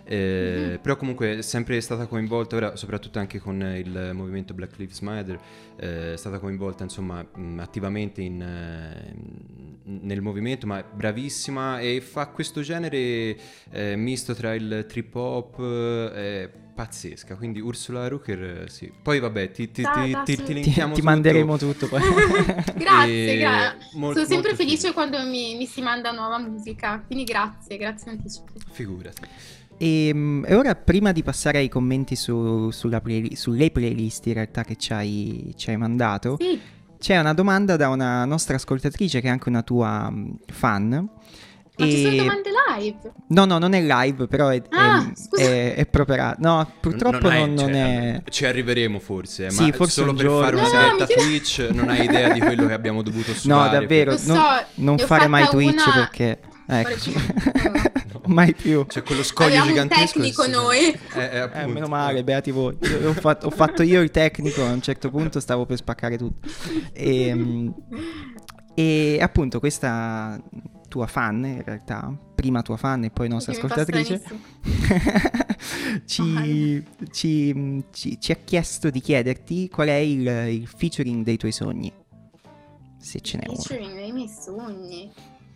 Però comunque è sempre stata coinvolta, ora soprattutto anche con il movimento Black Lives Matter, è stata coinvolta insomma attivamente nel movimento, ma è bravissima e fa questo genere misto tra il trip hop, pazzesca, quindi Ursula Rucker, sì. Poi vabbè, ti linkiamo Ti manderemo tutto poi. Grazie, molto, sono sempre molto felice figo. quando mi si manda nuova musica, quindi grazie in anticipo. Figurati. E ora, prima di passare ai commenti sulle playlist in realtà che ci hai mandato, Sì, c'è una domanda da una nostra ascoltatrice che è anche una tua fan. ma ci sono domande live? No, non è live, però Scusa. è proprio... No, purtroppo non è... Ci arriveremo forse, Sì, ma forse solo un per giorno. fare una No, diretta mi chiedo- Twitch non hai idea di quello che abbiamo dovuto No, sudare. davvero, Lo so, non ne ho fare mai fatta Twitch una- perché... Fare Eccoci. più. Mai più. C'è quello scoglio Abbiamo un gigantesco. tecnico e si- noi. appunto. Meno male, beati voi. Ho fatto io il tecnico, a un certo punto stavo per spaccare tutto. E appunto questa tua fan, in realtà, prima tua fan e poi nostra Che mi fa ascoltatrice, ci ha chiesto di chiederti qual è il featuring dei tuoi sogni, se ce n'è uno. Featuring nei miei sogni.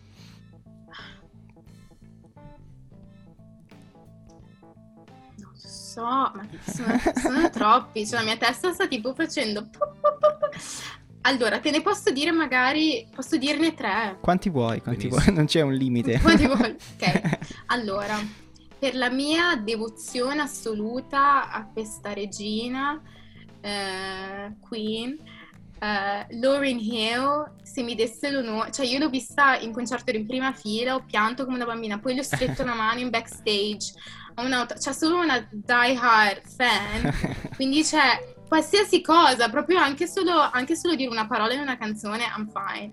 Non so, ma sono troppi. Cioè, la mia testa sta tipo facendo. Allora, te ne posso dire magari. Posso dirne 3. Quanti vuoi, Benissimo. non c'è un limite. Quanti vuoi? Ok. Allora, per la mia devozione assoluta a questa regina, Queen, Lauryn Hill, se mi desse l'onore, cioè io l'ho vista in concerto in prima fila, ho pianto come una bambina, poi le ho stretto la mano in backstage, c'è solo una die hard fan, quindi c'è qualsiasi cosa, proprio anche solo dire una parola in una canzone, I'm fine.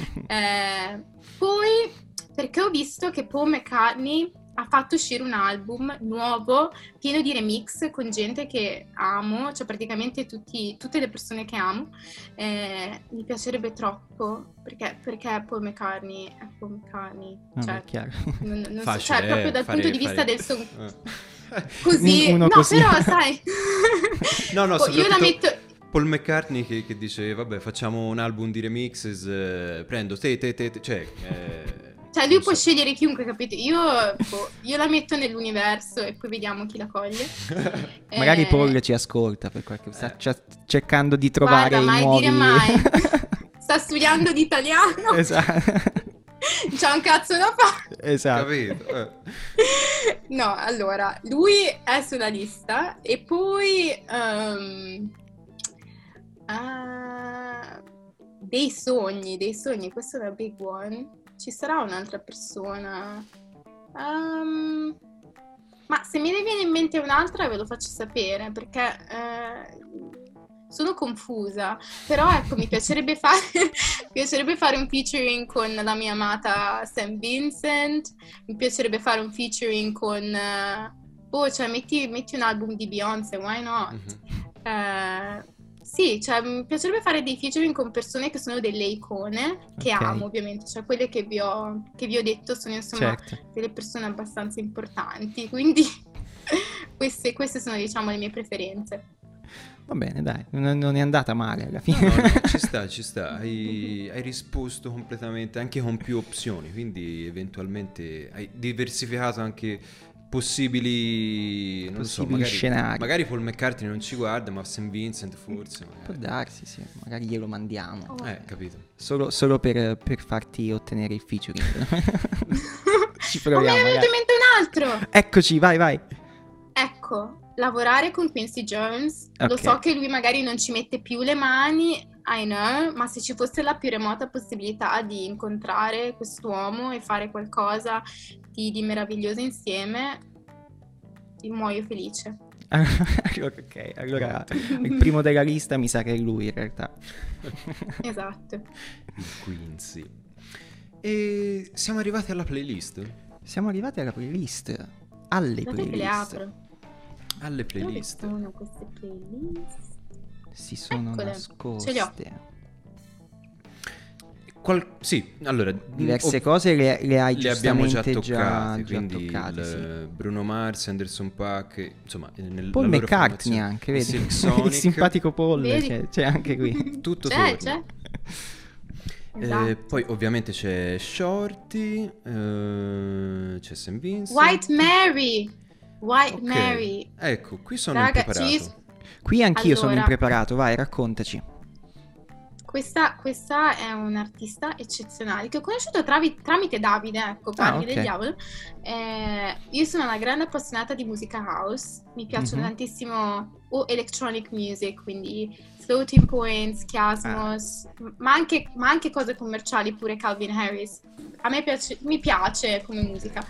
Poi, perché ho visto che Paul McCartney ha fatto uscire un album nuovo, pieno di remix con gente che amo, cioè praticamente tutte le persone che amo. Mi piacerebbe troppo, perché Paul McCartney è Paul McCartney. Cioè, È chiaro. non so, Facile, cioè, proprio dal punto di vista del son... così, Uno no, così. però sai, No, io la soprattutto metto. Paul McCartney che dice, vabbè, facciamo un album di remixes, prendo Cioè lui non può so. scegliere chiunque, capito? Io la metto nell'universo e poi vediamo chi la coglie. Magari Eh, Paul ci ascolta per sta cercando di trovare guarda, i mai nuovi... dire mai. Sta studiando l'italiano. Esatto. C'ha un cazzo da fare. Esatto. Capito? No, allora, lui è sulla lista e poi dei sogni, questo è una big one. Ci sarà un'altra persona? Ma se me ne viene in mente un'altra ve lo faccio sapere, perché sono confusa, però ecco, mi piacerebbe fare un featuring con la mia amata St. Vincent, mi piacerebbe fare un featuring con cioè metti un album di Beyoncé, why not? Sì, cioè mi piacerebbe fare dei featuring con persone che sono delle icone, che Ok. amo ovviamente, cioè quelle che vi ho detto sono insomma Certo. delle persone abbastanza importanti, quindi queste sono diciamo le mie preferenze. Va bene, dai, non è andata male alla No, fine. no, ci sta, hai risposto completamente, anche con più opzioni, quindi eventualmente hai diversificato anche non so, Possibili scenari. magari Paul McCartney non ci guarda, ma St. Vincent forse. Può darsi, sì, magari glielo mandiamo. Capito. Solo per farti ottenere il featuring. Ci Oh, me proviamo, ne è venuto in magari. mente un altro! Eccoci, vai. Ecco, lavorare con Quincy Jones, lo Ok. so che lui magari non ci mette più le mani, I know, ma se ci fosse la più remota possibilità di incontrare quest'uomo e fare qualcosa di meraviglioso insieme, muoio felice. Ok, allora il primo della lista mi sa che è lui in realtà. Esatto. Il Quincy. E siamo arrivati alla playlist? Siamo arrivati alla playlist. Alle Dove le playlist. apro? Alle Dove playlist. sono queste playlist? Si sono Eccole, ce le ho. nascoste. Sì, allora diverse cose le hai le abbiamo già giustamente toccate, quindi toccate, sì. Bruno Mars, Anderson .Paak, insomma, Paul la loro McCartney formazione, anche, i vedi? Silk Il Sonic. simpatico Paul Vedi? c'è anche qui. Tutto C'è. torna. Esatto. Poi ovviamente c'è Shorty, c'è St. Vincent. White Mary. White Ok, Mary. ecco, qui sono Raga, impreparato. Qui anch'io sono Allora, impreparato, vai, raccontaci. questa è un'artista eccezionale che ho conosciuto tramite Davide, ecco, parli ok. del diavolo. Io sono una grande appassionata di musica house, mi piacciono Mhm. tantissimo electronic music, quindi Floating Points, Chiasmos, ma anche cose commerciali, pure Calvin Harris. A me mi piace come musica.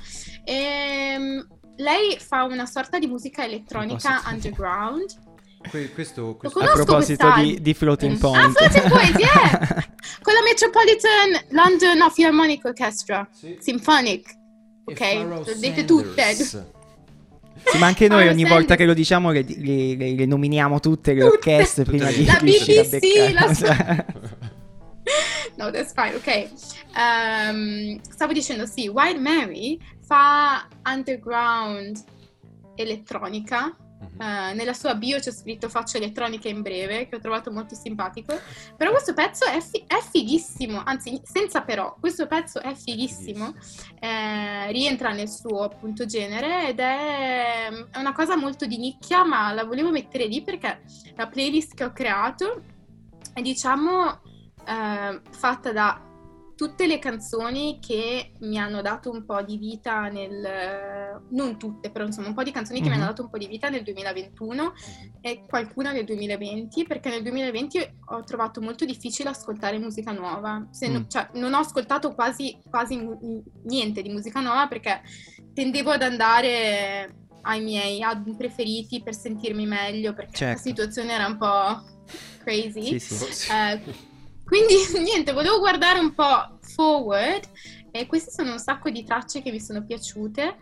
Lei fa una sorta di musica elettronica underground. Questo Lo A conosco proposito quest'album. di Floating Ah, Point. Floating Point, yeah! Con la Metropolitan London Philharmonic Orchestra. Sì. Symphonic. E Ok, Pharoah le ho dette tutte. Sanders. Sì, ma anche noi Pharoah ogni volta Sanders. che lo diciamo le nominiamo tutte le Tutte. orchestre prima Tutte di le- La riuscire a BBC, la beccare. No, that's fine, ok. Stavo dicendo, sì, White Mary fa underground elettronica. Nella sua bio c'è scritto faccio elettronica in breve, che ho trovato molto simpatico. Però questo pezzo è fighissimo, anzi, senza però, questo pezzo è fighissimo. Rientra nel suo appunto genere ed è una cosa molto di nicchia, ma la volevo mettere lì perché la playlist che ho creato è, diciamo, fatta da tutte le canzoni che mi hanno dato un po' di vita non tutte, però insomma un po' di canzoni che mi hanno dato un po' di vita nel 2021 e qualcuna nel 2020, perché nel 2020 ho trovato molto difficile ascoltare musica nuova. Cioè, non ho ascoltato quasi niente di musica nuova perché tendevo ad andare ai miei album preferiti per sentirmi meglio, perché la situazione era un po' crazy. Sì. Quindi niente, volevo guardare un po' forward e queste sono un sacco di tracce che mi sono piaciute.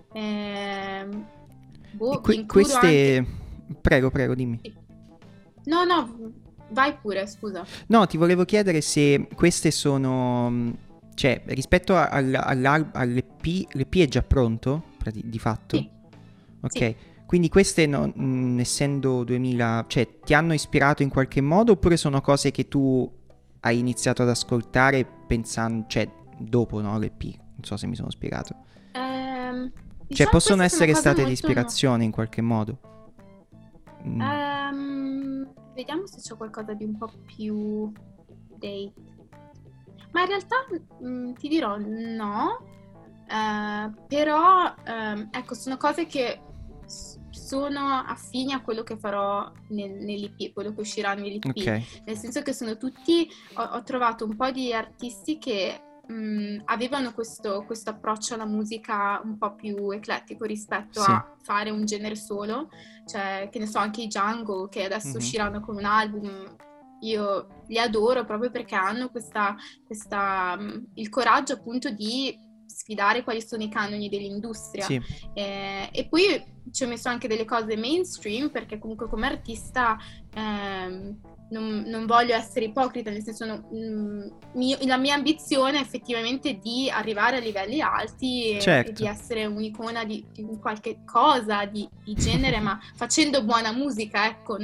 Queste... anche... Prego, dimmi. No, vai pure, scusa. No, ti volevo chiedere se queste sono... Cioè, rispetto all'EP, l'EP è già pronto, di fatto? Sì. Ok. Sì. Quindi queste, essendo 2000, cioè ti hanno ispirato in qualche modo oppure sono cose che tu hai iniziato ad ascoltare pensando, cioè dopo, no, l'EP? Non so se mi sono spiegato. Cioè possono essere state di ispirazione in qualche modo? Vediamo se c'è qualcosa di un po' più date. Ma in realtà ti dirò no, però ecco, sono cose che sono affini a quello che farò nell'EP, quello che uscirà nell'EP. Okay. Nel senso che sono tutti, ho trovato un po' di artisti che avevano questo approccio alla musica un po' più eclettico rispetto a fare un genere solo, cioè che ne so, anche i Django che adesso usciranno con un album. Io li adoro proprio perché hanno il coraggio appunto di sfidare quali sono i canoni dell'industria. Sì. E poi ci ho messo anche delle cose mainstream perché comunque come artista non voglio essere ipocrita, nel senso la mia ambizione è effettivamente di arrivare a livelli alti e di essere un'icona di qualche cosa di genere, ma facendo buona musica, ecco,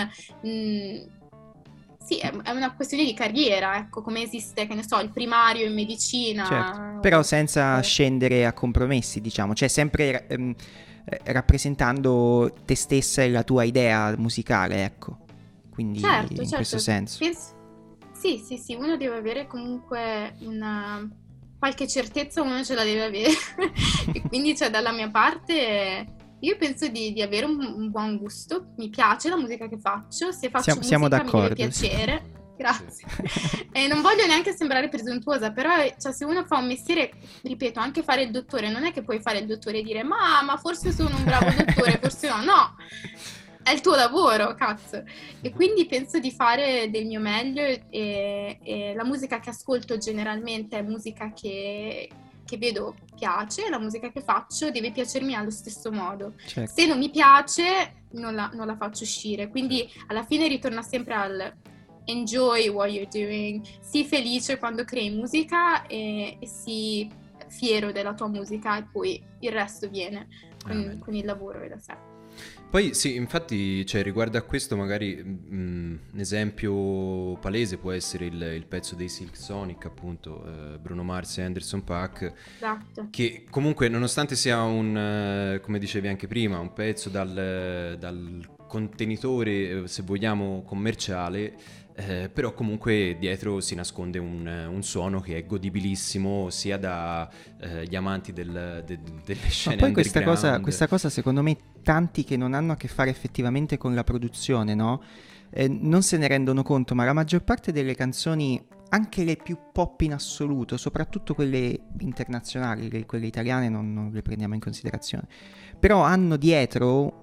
sì, è una questione di carriera, ecco, come esiste, che ne so, il primario in medicina. Però senza scendere a compromessi, diciamo, cioè sempre rappresentando te stessa e la tua idea musicale, ecco. Quindi in questo senso. Sì, uno deve avere comunque qualche certezza, uno ce la deve avere. E quindi, cioè, dalla mia parte... Io penso di avere un buon gusto, mi piace la musica che faccio, se faccio musica mi deve piacere, grazie. E non voglio neanche sembrare presuntuosa, però cioè, se uno fa un mestiere, ripeto, anche fare il dottore, non è che puoi fare il dottore e dire ma forse sono un bravo dottore, forse no, è il tuo lavoro, cazzo. E quindi penso di fare del mio meglio e la musica che ascolto generalmente è musica che vedo piace, la musica che faccio deve piacermi allo stesso modo. Certo. Se non mi piace non la faccio uscire, quindi alla fine ritorna sempre al enjoy what you're doing, sii felice quando crei musica e sii fiero della tua musica, e poi il resto viene con il lavoro e da sé. Poi sì, infatti, cioè, riguardo a questo magari un esempio palese può essere il pezzo dei Silk Sonic, appunto, Bruno Mars e Anderson .Paak, Esatto. che comunque nonostante sia come dicevi anche prima, un pezzo dal contenitore, se vogliamo, commerciale, però comunque dietro si nasconde un suono che è godibilissimo sia dagli amanti delle scene poi underground. questa cosa secondo me tanti che non hanno a che fare effettivamente con la produzione, no? Non se ne rendono conto, ma la maggior parte delle canzoni, anche le più pop in assoluto, soprattutto quelle internazionali, quelle italiane non le prendiamo in considerazione, però hanno dietro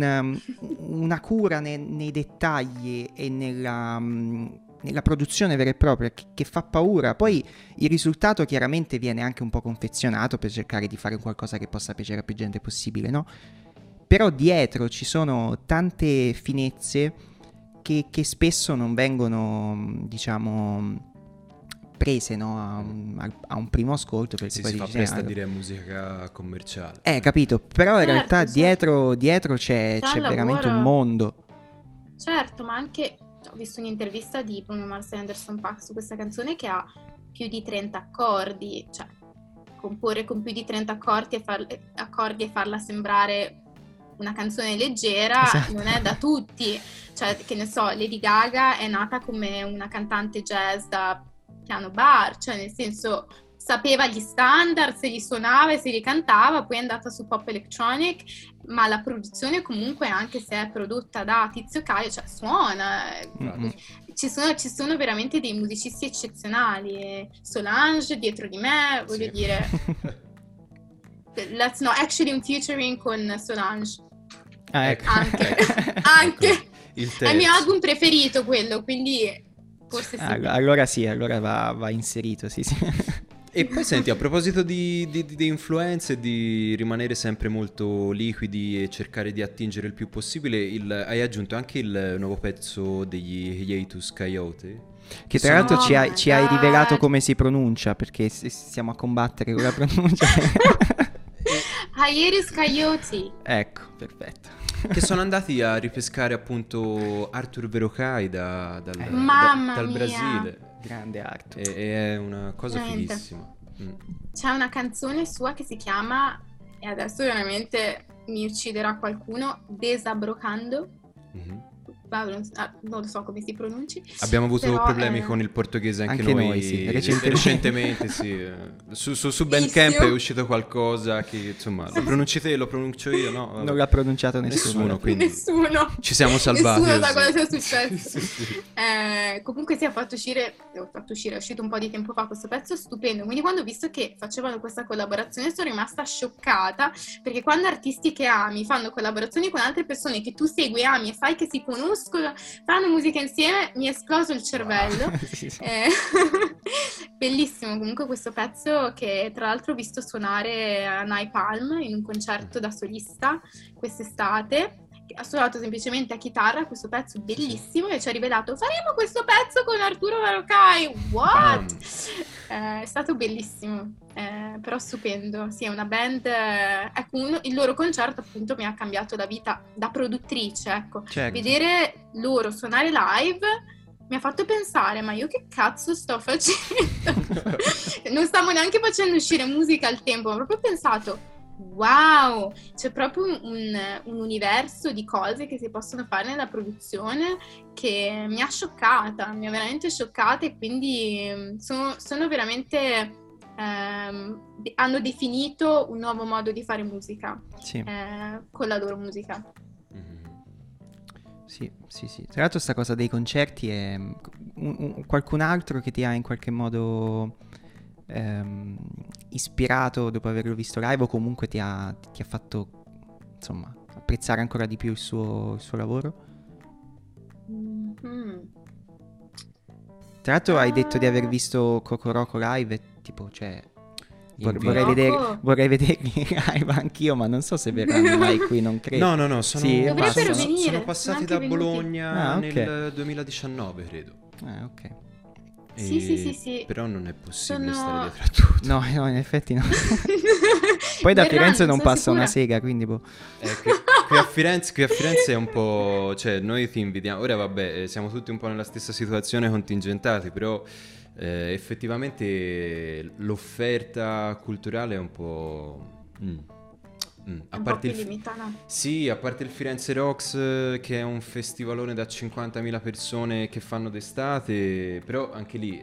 una cura nei dettagli e nella produzione vera e propria che fa paura. Poi il risultato chiaramente viene anche un po' confezionato per cercare di fare qualcosa che possa piacere a più gente possibile, no? Però dietro ci sono tante finezze che spesso non vengono, diciamo, prese, no, a un primo ascolto, perché poi si fa presto a dire musica commerciale. Capito, però in Certo, realtà certo. dietro c'è veramente un mondo. Certo, ma anche ho visto un'intervista di Bruno Mars e Anderson .Paak su questa canzone che ha più di 30 accordi, cioè comporre con più di 30 accordi e farla sembrare una canzone leggera, esatto, non è da tutti. Cioè, che ne so, Lady Gaga è nata come una cantante jazz da piano bar, cioè nel senso sapeva gli standard, se li suonava e se li cantava, poi è andata su pop electronic, ma la produzione comunque, anche se è prodotta da Tizio Caio, cioè suona. Mm-hmm. Ci sono veramente dei musicisti eccezionali. Solange dietro di me, voglio dire, let's know, actually un featuring con Solange. Ecco. Anche. Ecco, è il mio album preferito quello, quindi forse sì. Allora va inserito, sì. E poi senti, a proposito di influenze, di rimanere sempre molto liquidi e cercare di attingere il più possibile, hai aggiunto anche il nuovo pezzo degli Hiatus Coyote? Che tra l'altro ci hai rivelato come si pronuncia, perché siamo a combattere con la pronuncia. Hiatus Coyote. Ecco, perfetto. Che sono andati a ripescare appunto Arthur Verocai dal Brasile. Grande Arthur. E è una cosa fighissima. C'è una canzone sua che si chiama, e adesso veramente mi ucciderà qualcuno, Desabrocando. Mm-hmm. Non lo so come si pronunci. Abbiamo avuto problemi con il portoghese anche noi sì, recentemente sì. Su Bandcamp è uscito qualcosa che insomma lo pronunci te, lo pronuncio io, no? Non l'ha pronunciato nessuno, quindi nessuno. Ci siamo salvati. Nessuno da cosa sia successo. sì. Comunque è uscito un po' di tempo fa questo pezzo stupendo, quindi quando ho visto che facevano questa collaborazione sono rimasta scioccata, perché quando artisti che ami fanno collaborazioni con altre persone che tu segui, ami e sai che si conoscono, fanno musica insieme, mi è esploso il cervello. Bellissimo comunque questo pezzo, che tra l'altro ho visto suonare a Napalm in un concerto da solista quest'estate. Ha suonato semplicemente a chitarra questo pezzo bellissimo e ci ha rivelato: faremo questo pezzo con Arturo Verocai. What? È stato bellissimo, però stupendo. Sì, è una band, ecco, il loro concerto appunto mi ha cambiato la vita da produttrice, ecco. Certo. Vedere loro suonare live mi ha fatto pensare: ma io che cazzo sto facendo? Non stavo neanche facendo uscire musica al tempo, ma ho proprio pensato: wow, c'è proprio un universo di cose che si possono fare nella produzione che mi ha veramente scioccata, e quindi sono veramente hanno definito un nuovo modo di fare musica, sì. Con la loro musica. Sì. Tra l'altro sta cosa dei concerti è qualcun altro che ti ha in qualche modo ispirato dopo averlo visto live, o comunque ti ha fatto insomma apprezzare ancora di più il suo lavoro? Mm-hmm. Tra l'altro hai detto di aver visto Cocoroco live e tipo, cioè vorrei vederli live anch'io, ma non so se verranno mai qui, non credo. No, dovrebbero venire, sono passati da Bologna nel 2019, credo. Ok. Sì. Però non è possibile Sono- stare dietro a tutto. No, in effetti no. Poi da Firenze non sono passa una sicura. sega, quindi boh. Qui a Firenze è un po', cioè noi ti invitiamo, ora vabbè, siamo tutti un po' nella stessa situazione contingentati, però effettivamente l'offerta culturale è un po'... È un po' più limitata. Sì, a parte il Firenze Rocks, che è un festivalone da 50.000 persone che fanno d'estate, però anche lì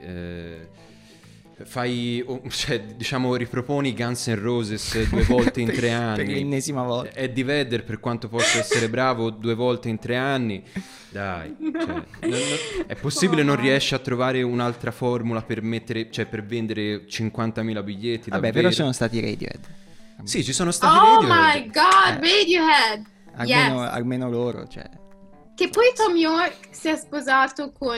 cioè, diciamo, riproponi Guns N' Roses 2 volte in 3 anni. Per l'ennesima volta. Eddie Vedder, per quanto possa essere bravo, 2 volte in 3 anni. Dai, cioè, è possibile non riesci a trovare un'altra formula per mettere, cioè per vendere 50.000 biglietti? Vabbè, davvero? però ci sono stati Radiohead. Sì, ci sono stati Oh Radiohead. my god, Radiohead! Yes. Almeno loro, cioè. Che poi Tom York si è sposato con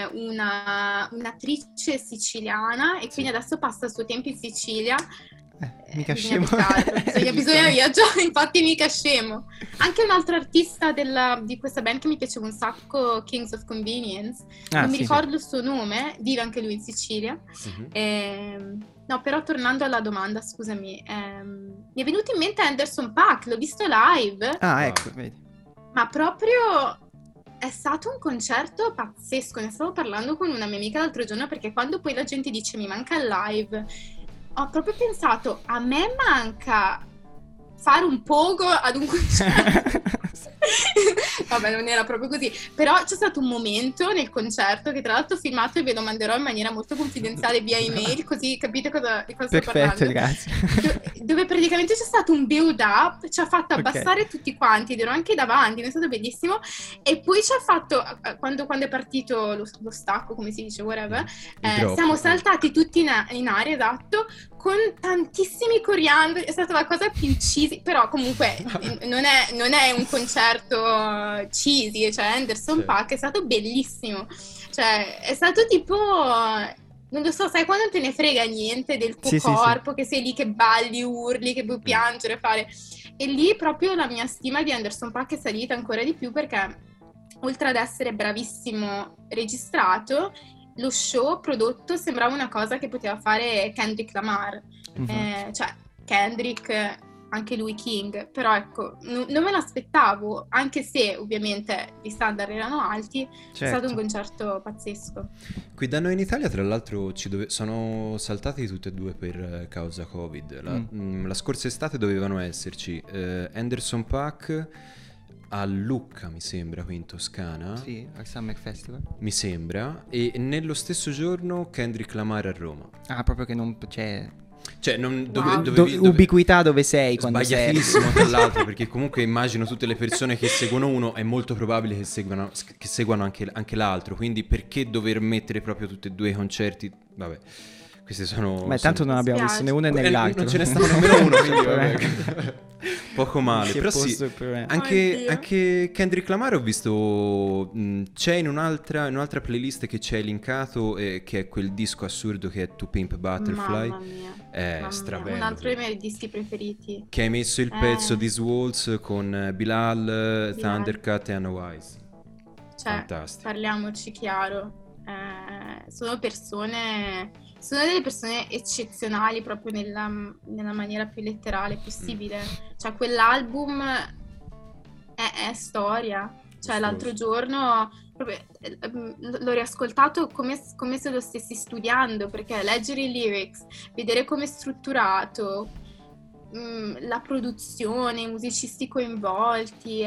un'attrice siciliana e quindi adesso passa il suo tempo in Sicilia. Mica Bisogna scemo. viaggiare, bisogna viaggiare, infatti mica scemo. Anche un altro artista di questa band che mi piaceva un sacco, Kings of Convenience, non mi sì, ricordo il suo nome, vive anche lui in Sicilia. No, però tornando alla domanda, scusami, mi è venuto in mente Anderson .Paak, l'ho visto live. Ah, ecco, vedi. Ma proprio è stato un concerto pazzesco, ne stavo parlando con una mia amica l'altro giorno perché quando poi la gente dice mi manca il live, ho proprio pensato a me manca fare un pogo ad un concerto. Vabbè, non era proprio così, però c'è stato un momento nel concerto che tra l'altro ho filmato e ve lo manderò in maniera molto confidenziale via email, così capite di cosa sto Perfetto, parlando. grazie. Dove praticamente c'è stato un build up, ci ha fatto abbassare tutti quanti, ed ero anche davanti, è stato bellissimo, e poi ci ha fatto, quando è partito lo stacco, come si dice, whatever, siamo saltati tutti in aria, esatto, con tantissimi coriandoli, è stata la cosa più cheesy, però comunque non è un concerto cheesy, cioè Anderson .Paak è stato bellissimo, cioè è stato tipo, non lo so, sai quando te ne frega niente del tuo corpo, che sei lì che balli, urli, che puoi piangere, fare, e lì proprio la mia stima di Anderson .Paak è salita ancora di più perché oltre ad essere bravissimo registrato, lo show prodotto sembrava una cosa che poteva fare Kendrick Lamar, cioè Kendrick, anche lui King, però ecco, non me l'aspettavo, anche se ovviamente gli standard erano alti, È stato un concerto pazzesco. Qui da noi in Italia tra l'altro sono saltati tutti e due per causa Covid. La scorsa estate dovevano esserci Anderson .Paak a Lucca, mi sembra, qui in Toscana. Sì, al Summer Festival. Mi sembra. E nello stesso giorno Kendrick Lamar a Roma. Ah, proprio che non c'è... Cioè, ubiquità dove sei quando sei. Sbagliatissimo, tra l'altro, perché comunque immagino tutte le persone che seguono uno, è molto probabile che seguano anche l'altro. Quindi perché dover mettere proprio tutti e due i concerti? Vabbè. Queste sono... Ma tanto non abbiamo visto né uno né l'altro. Non ce ne stava nemmeno uno, quindi vabbè. Poco male. Però sì, anche Kendrick Lamar ho visto, c'è in un'altra playlist che c'è linkato, che è quel disco assurdo che è To Pimp Butterfly. Mamma mia. È strabello. Un altro dei miei dischi preferiti. Che hai messo il pezzo di Waltz con Bilal, Thundercat e Anna Wise. Cioè, fantastico. Parliamoci chiaro. Sono delle persone eccezionali proprio nella maniera più letterale possibile. Cioè, quell'album è storia. Cioè, l'altro giorno proprio, l'ho riascoltato come se lo stessi studiando, perché leggere i lyrics, vedere come è strutturato, la produzione, i musicisti coinvolti,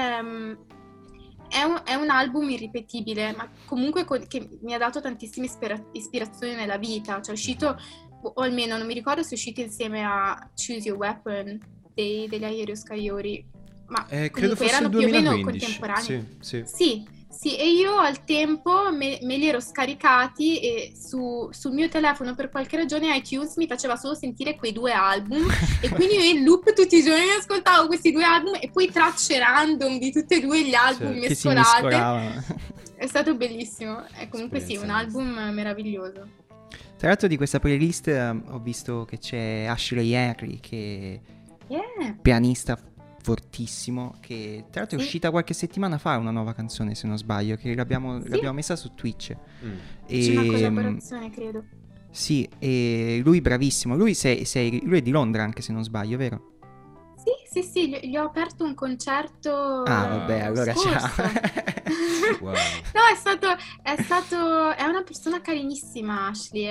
è un album irripetibile, ma comunque che mi ha dato tantissime ispirazioni nella vita. Cioè è uscito, o almeno non mi ricordo se è uscito insieme a Choose Your Weapon degli Aerios Coyote, ma credo fosse erano il più o 2015. meno contemporanei. Sì. E io al tempo me li ero scaricati e sul mio telefono per qualche ragione iTunes mi faceva solo sentire quei 2 album e quindi io in loop tutti i giorni ascoltavo questi 2 album e poi tracce random di tutti e 2 gli album mescolate. È stato bellissimo. E comunque sì, un album meraviglioso. Tra l'altro di questa playlist ho visto che c'è Ashley Henry, che è pianista fortissimo, che tra l'altro è Sì. uscita qualche settimana fa una nuova canzone, se non sbaglio, che l'abbiamo messa su Twitch. Mm. C'è una E, collaborazione, credo. sì, e lui bravissimo. Lui è di Londra, anche se non sbaglio, vero? Sì, gli ho aperto un concerto Ah, vabbè, allora ciao. scorso. Wow. No, è una persona carinissima, Ashley,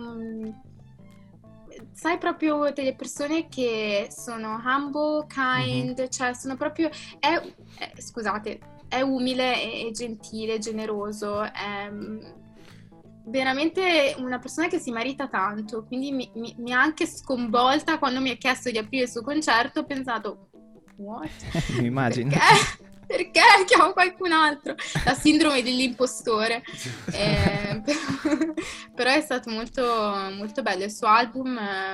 sai, proprio delle persone che sono humble, kind, cioè sono proprio, scusate, è umile e gentile, generoso, è veramente una persona che si merita tanto, quindi mi ha anche sconvolta quando mi ha chiesto di aprire il suo concerto. Ho pensato, what? Mi immagino. Perché chiamo qualcun altro? La sindrome dell'impostore. Però è stato molto, molto bello. Il suo album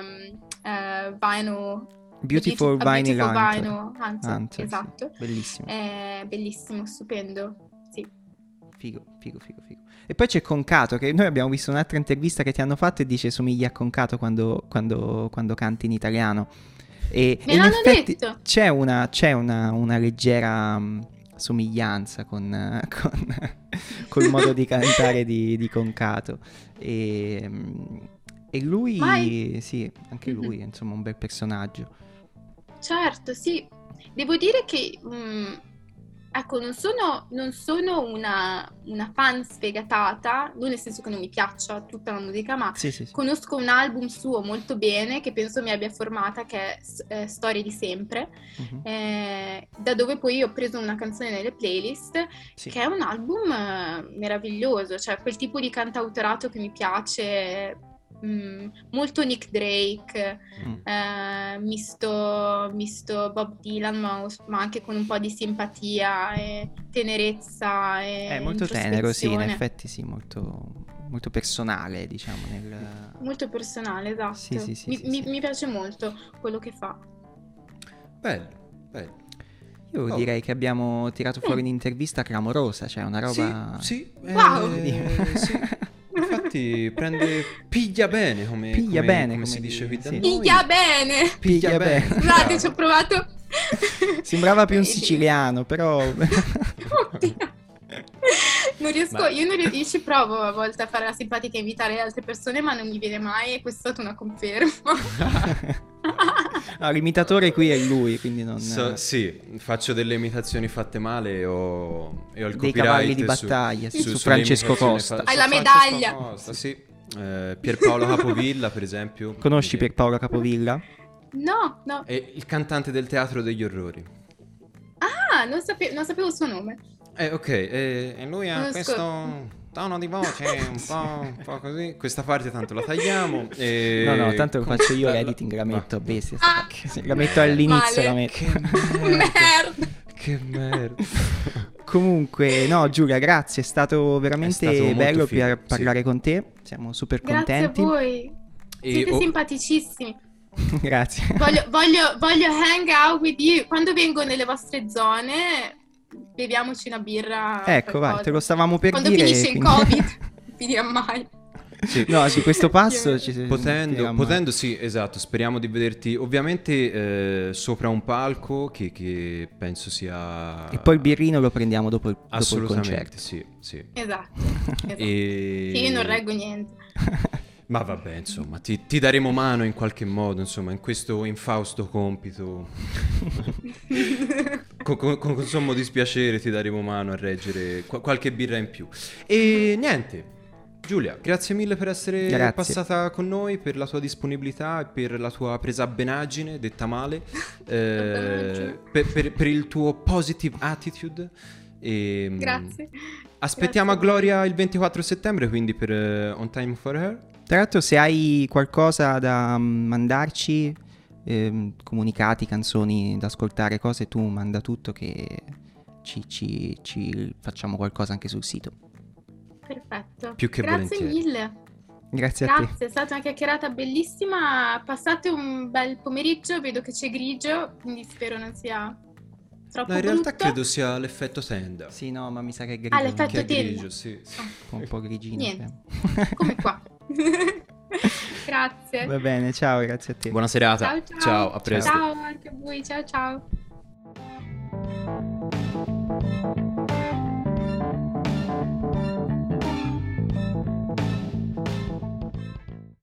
Beautiful Vinyl Hunter, sì. esatto. Bellissimo. È bellissimo, stupendo. Sì. Figo. E poi c'è Concato, che noi abbiamo visto un'altra intervista che ti hanno fatto e dice somiglia a Concato quando canti in italiano. E Me in l'hanno effetti detto. c'è una leggera somiglianza con col modo di cantare di Concato. E lui, Vai. sì, anche lui, insomma, un bel personaggio. Certo, sì. Devo dire che ecco, non sono una fan sfegatata, non nel senso che non mi piaccia tutta la musica, ma Sì. conosco un album suo molto bene che penso mi abbia formata, che è Storie di sempre, da dove poi ho preso una canzone nelle playlist, Sì. che è un album meraviglioso, cioè quel tipo di cantautorato che mi piace, molto Nick Drake, misto Bob Dylan, ma anche con un po' di simpatia e tenerezza e È molto tenero, sì, in introspezione. effetti sì, molto, molto personale, diciamo. Molto personale, esatto. Sì, Mi piace molto quello che fa. Bello. Io direi che abbiamo tirato fuori un'intervista clamorosa, cioè una roba... Sì. Wow! Sì. Infatti piglia bene come si dice qui da noi. Piglia bene! Scusate, ci ho provato. Sembrava più un siciliano, però... Oddio. Non riesco, io ci provo a volte a fare la simpatica e invitare le altre persone, ma non mi viene mai, e questa è stata una conferma. No, l'imitatore qui è lui, quindi non... sì, faccio delle imitazioni fatte male e ho il dei copyright cavalli di battaglia su Francesco Costa. Hai la medaglia. Costa, sì. Pierpaolo Capovilla, per esempio. Conosci Pierpaolo Capovilla? No. È il cantante del Teatro degli Orrori. Ah, non sapevo il suo nome. Ok, e lui ha questo tono di voce un po' così. Questa parte tanto la tagliamo. No, tanto lo faccio io l'editing, la metto a bestia. La metto all'inizio, la metto. Che merda. Comunque, no, Giulia, grazie, è stato veramente bello figo, parlare con te. Siamo super contenti. Grazie a voi. Siete simpaticissimi. Grazie. Voglio hang out with you. Quando vengo nelle vostre zone, beviamoci una birra. Ecco, vai, te lo stavamo per quando dire. Quando finisce il Covid, finirà mai. Sì. No, su questo passo potendo, sì, esatto. Speriamo di vederti ovviamente sopra un palco che penso sia. E poi il birrino lo prendiamo dopo il concerto. Sì. Esatto. E... Che io non reggo niente. Ma vabbè, insomma, ti daremo mano in qualche modo, insomma, in questo infausto compito. con sommo dispiacere ti daremo mano a reggere qualche birra in più. E niente, Giulia, grazie mille per essere passata con noi, per la tua disponibilità e per la tua presabenaggine, detta male, per il tuo positive attitude. Grazie. Aspettiamo a Gloria il 24 settembre, quindi per On Time for Her. Tra l'altro, se hai qualcosa da mandarci, comunicati, canzoni da ascoltare, cose, tu manda tutto che ci facciamo qualcosa anche sul sito. Perfetto. Più che Grazie volentieri. mille. Grazie a te. Grazie, è stata una chiacchierata bellissima. Passate un bel pomeriggio, vedo che c'è grigio, quindi spero non sia troppo No, in realtà brutto. credo sia l'effetto tenda. Sì, no, ma mi sa che è grigio. L'effetto Che è tenda. grigio, sì. Un po' grigino. Niente, come qua. Grazie. Va bene, ciao, grazie a te. Buona serata. Ciao. Ciao, a presto. Ciao anche a voi, ciao.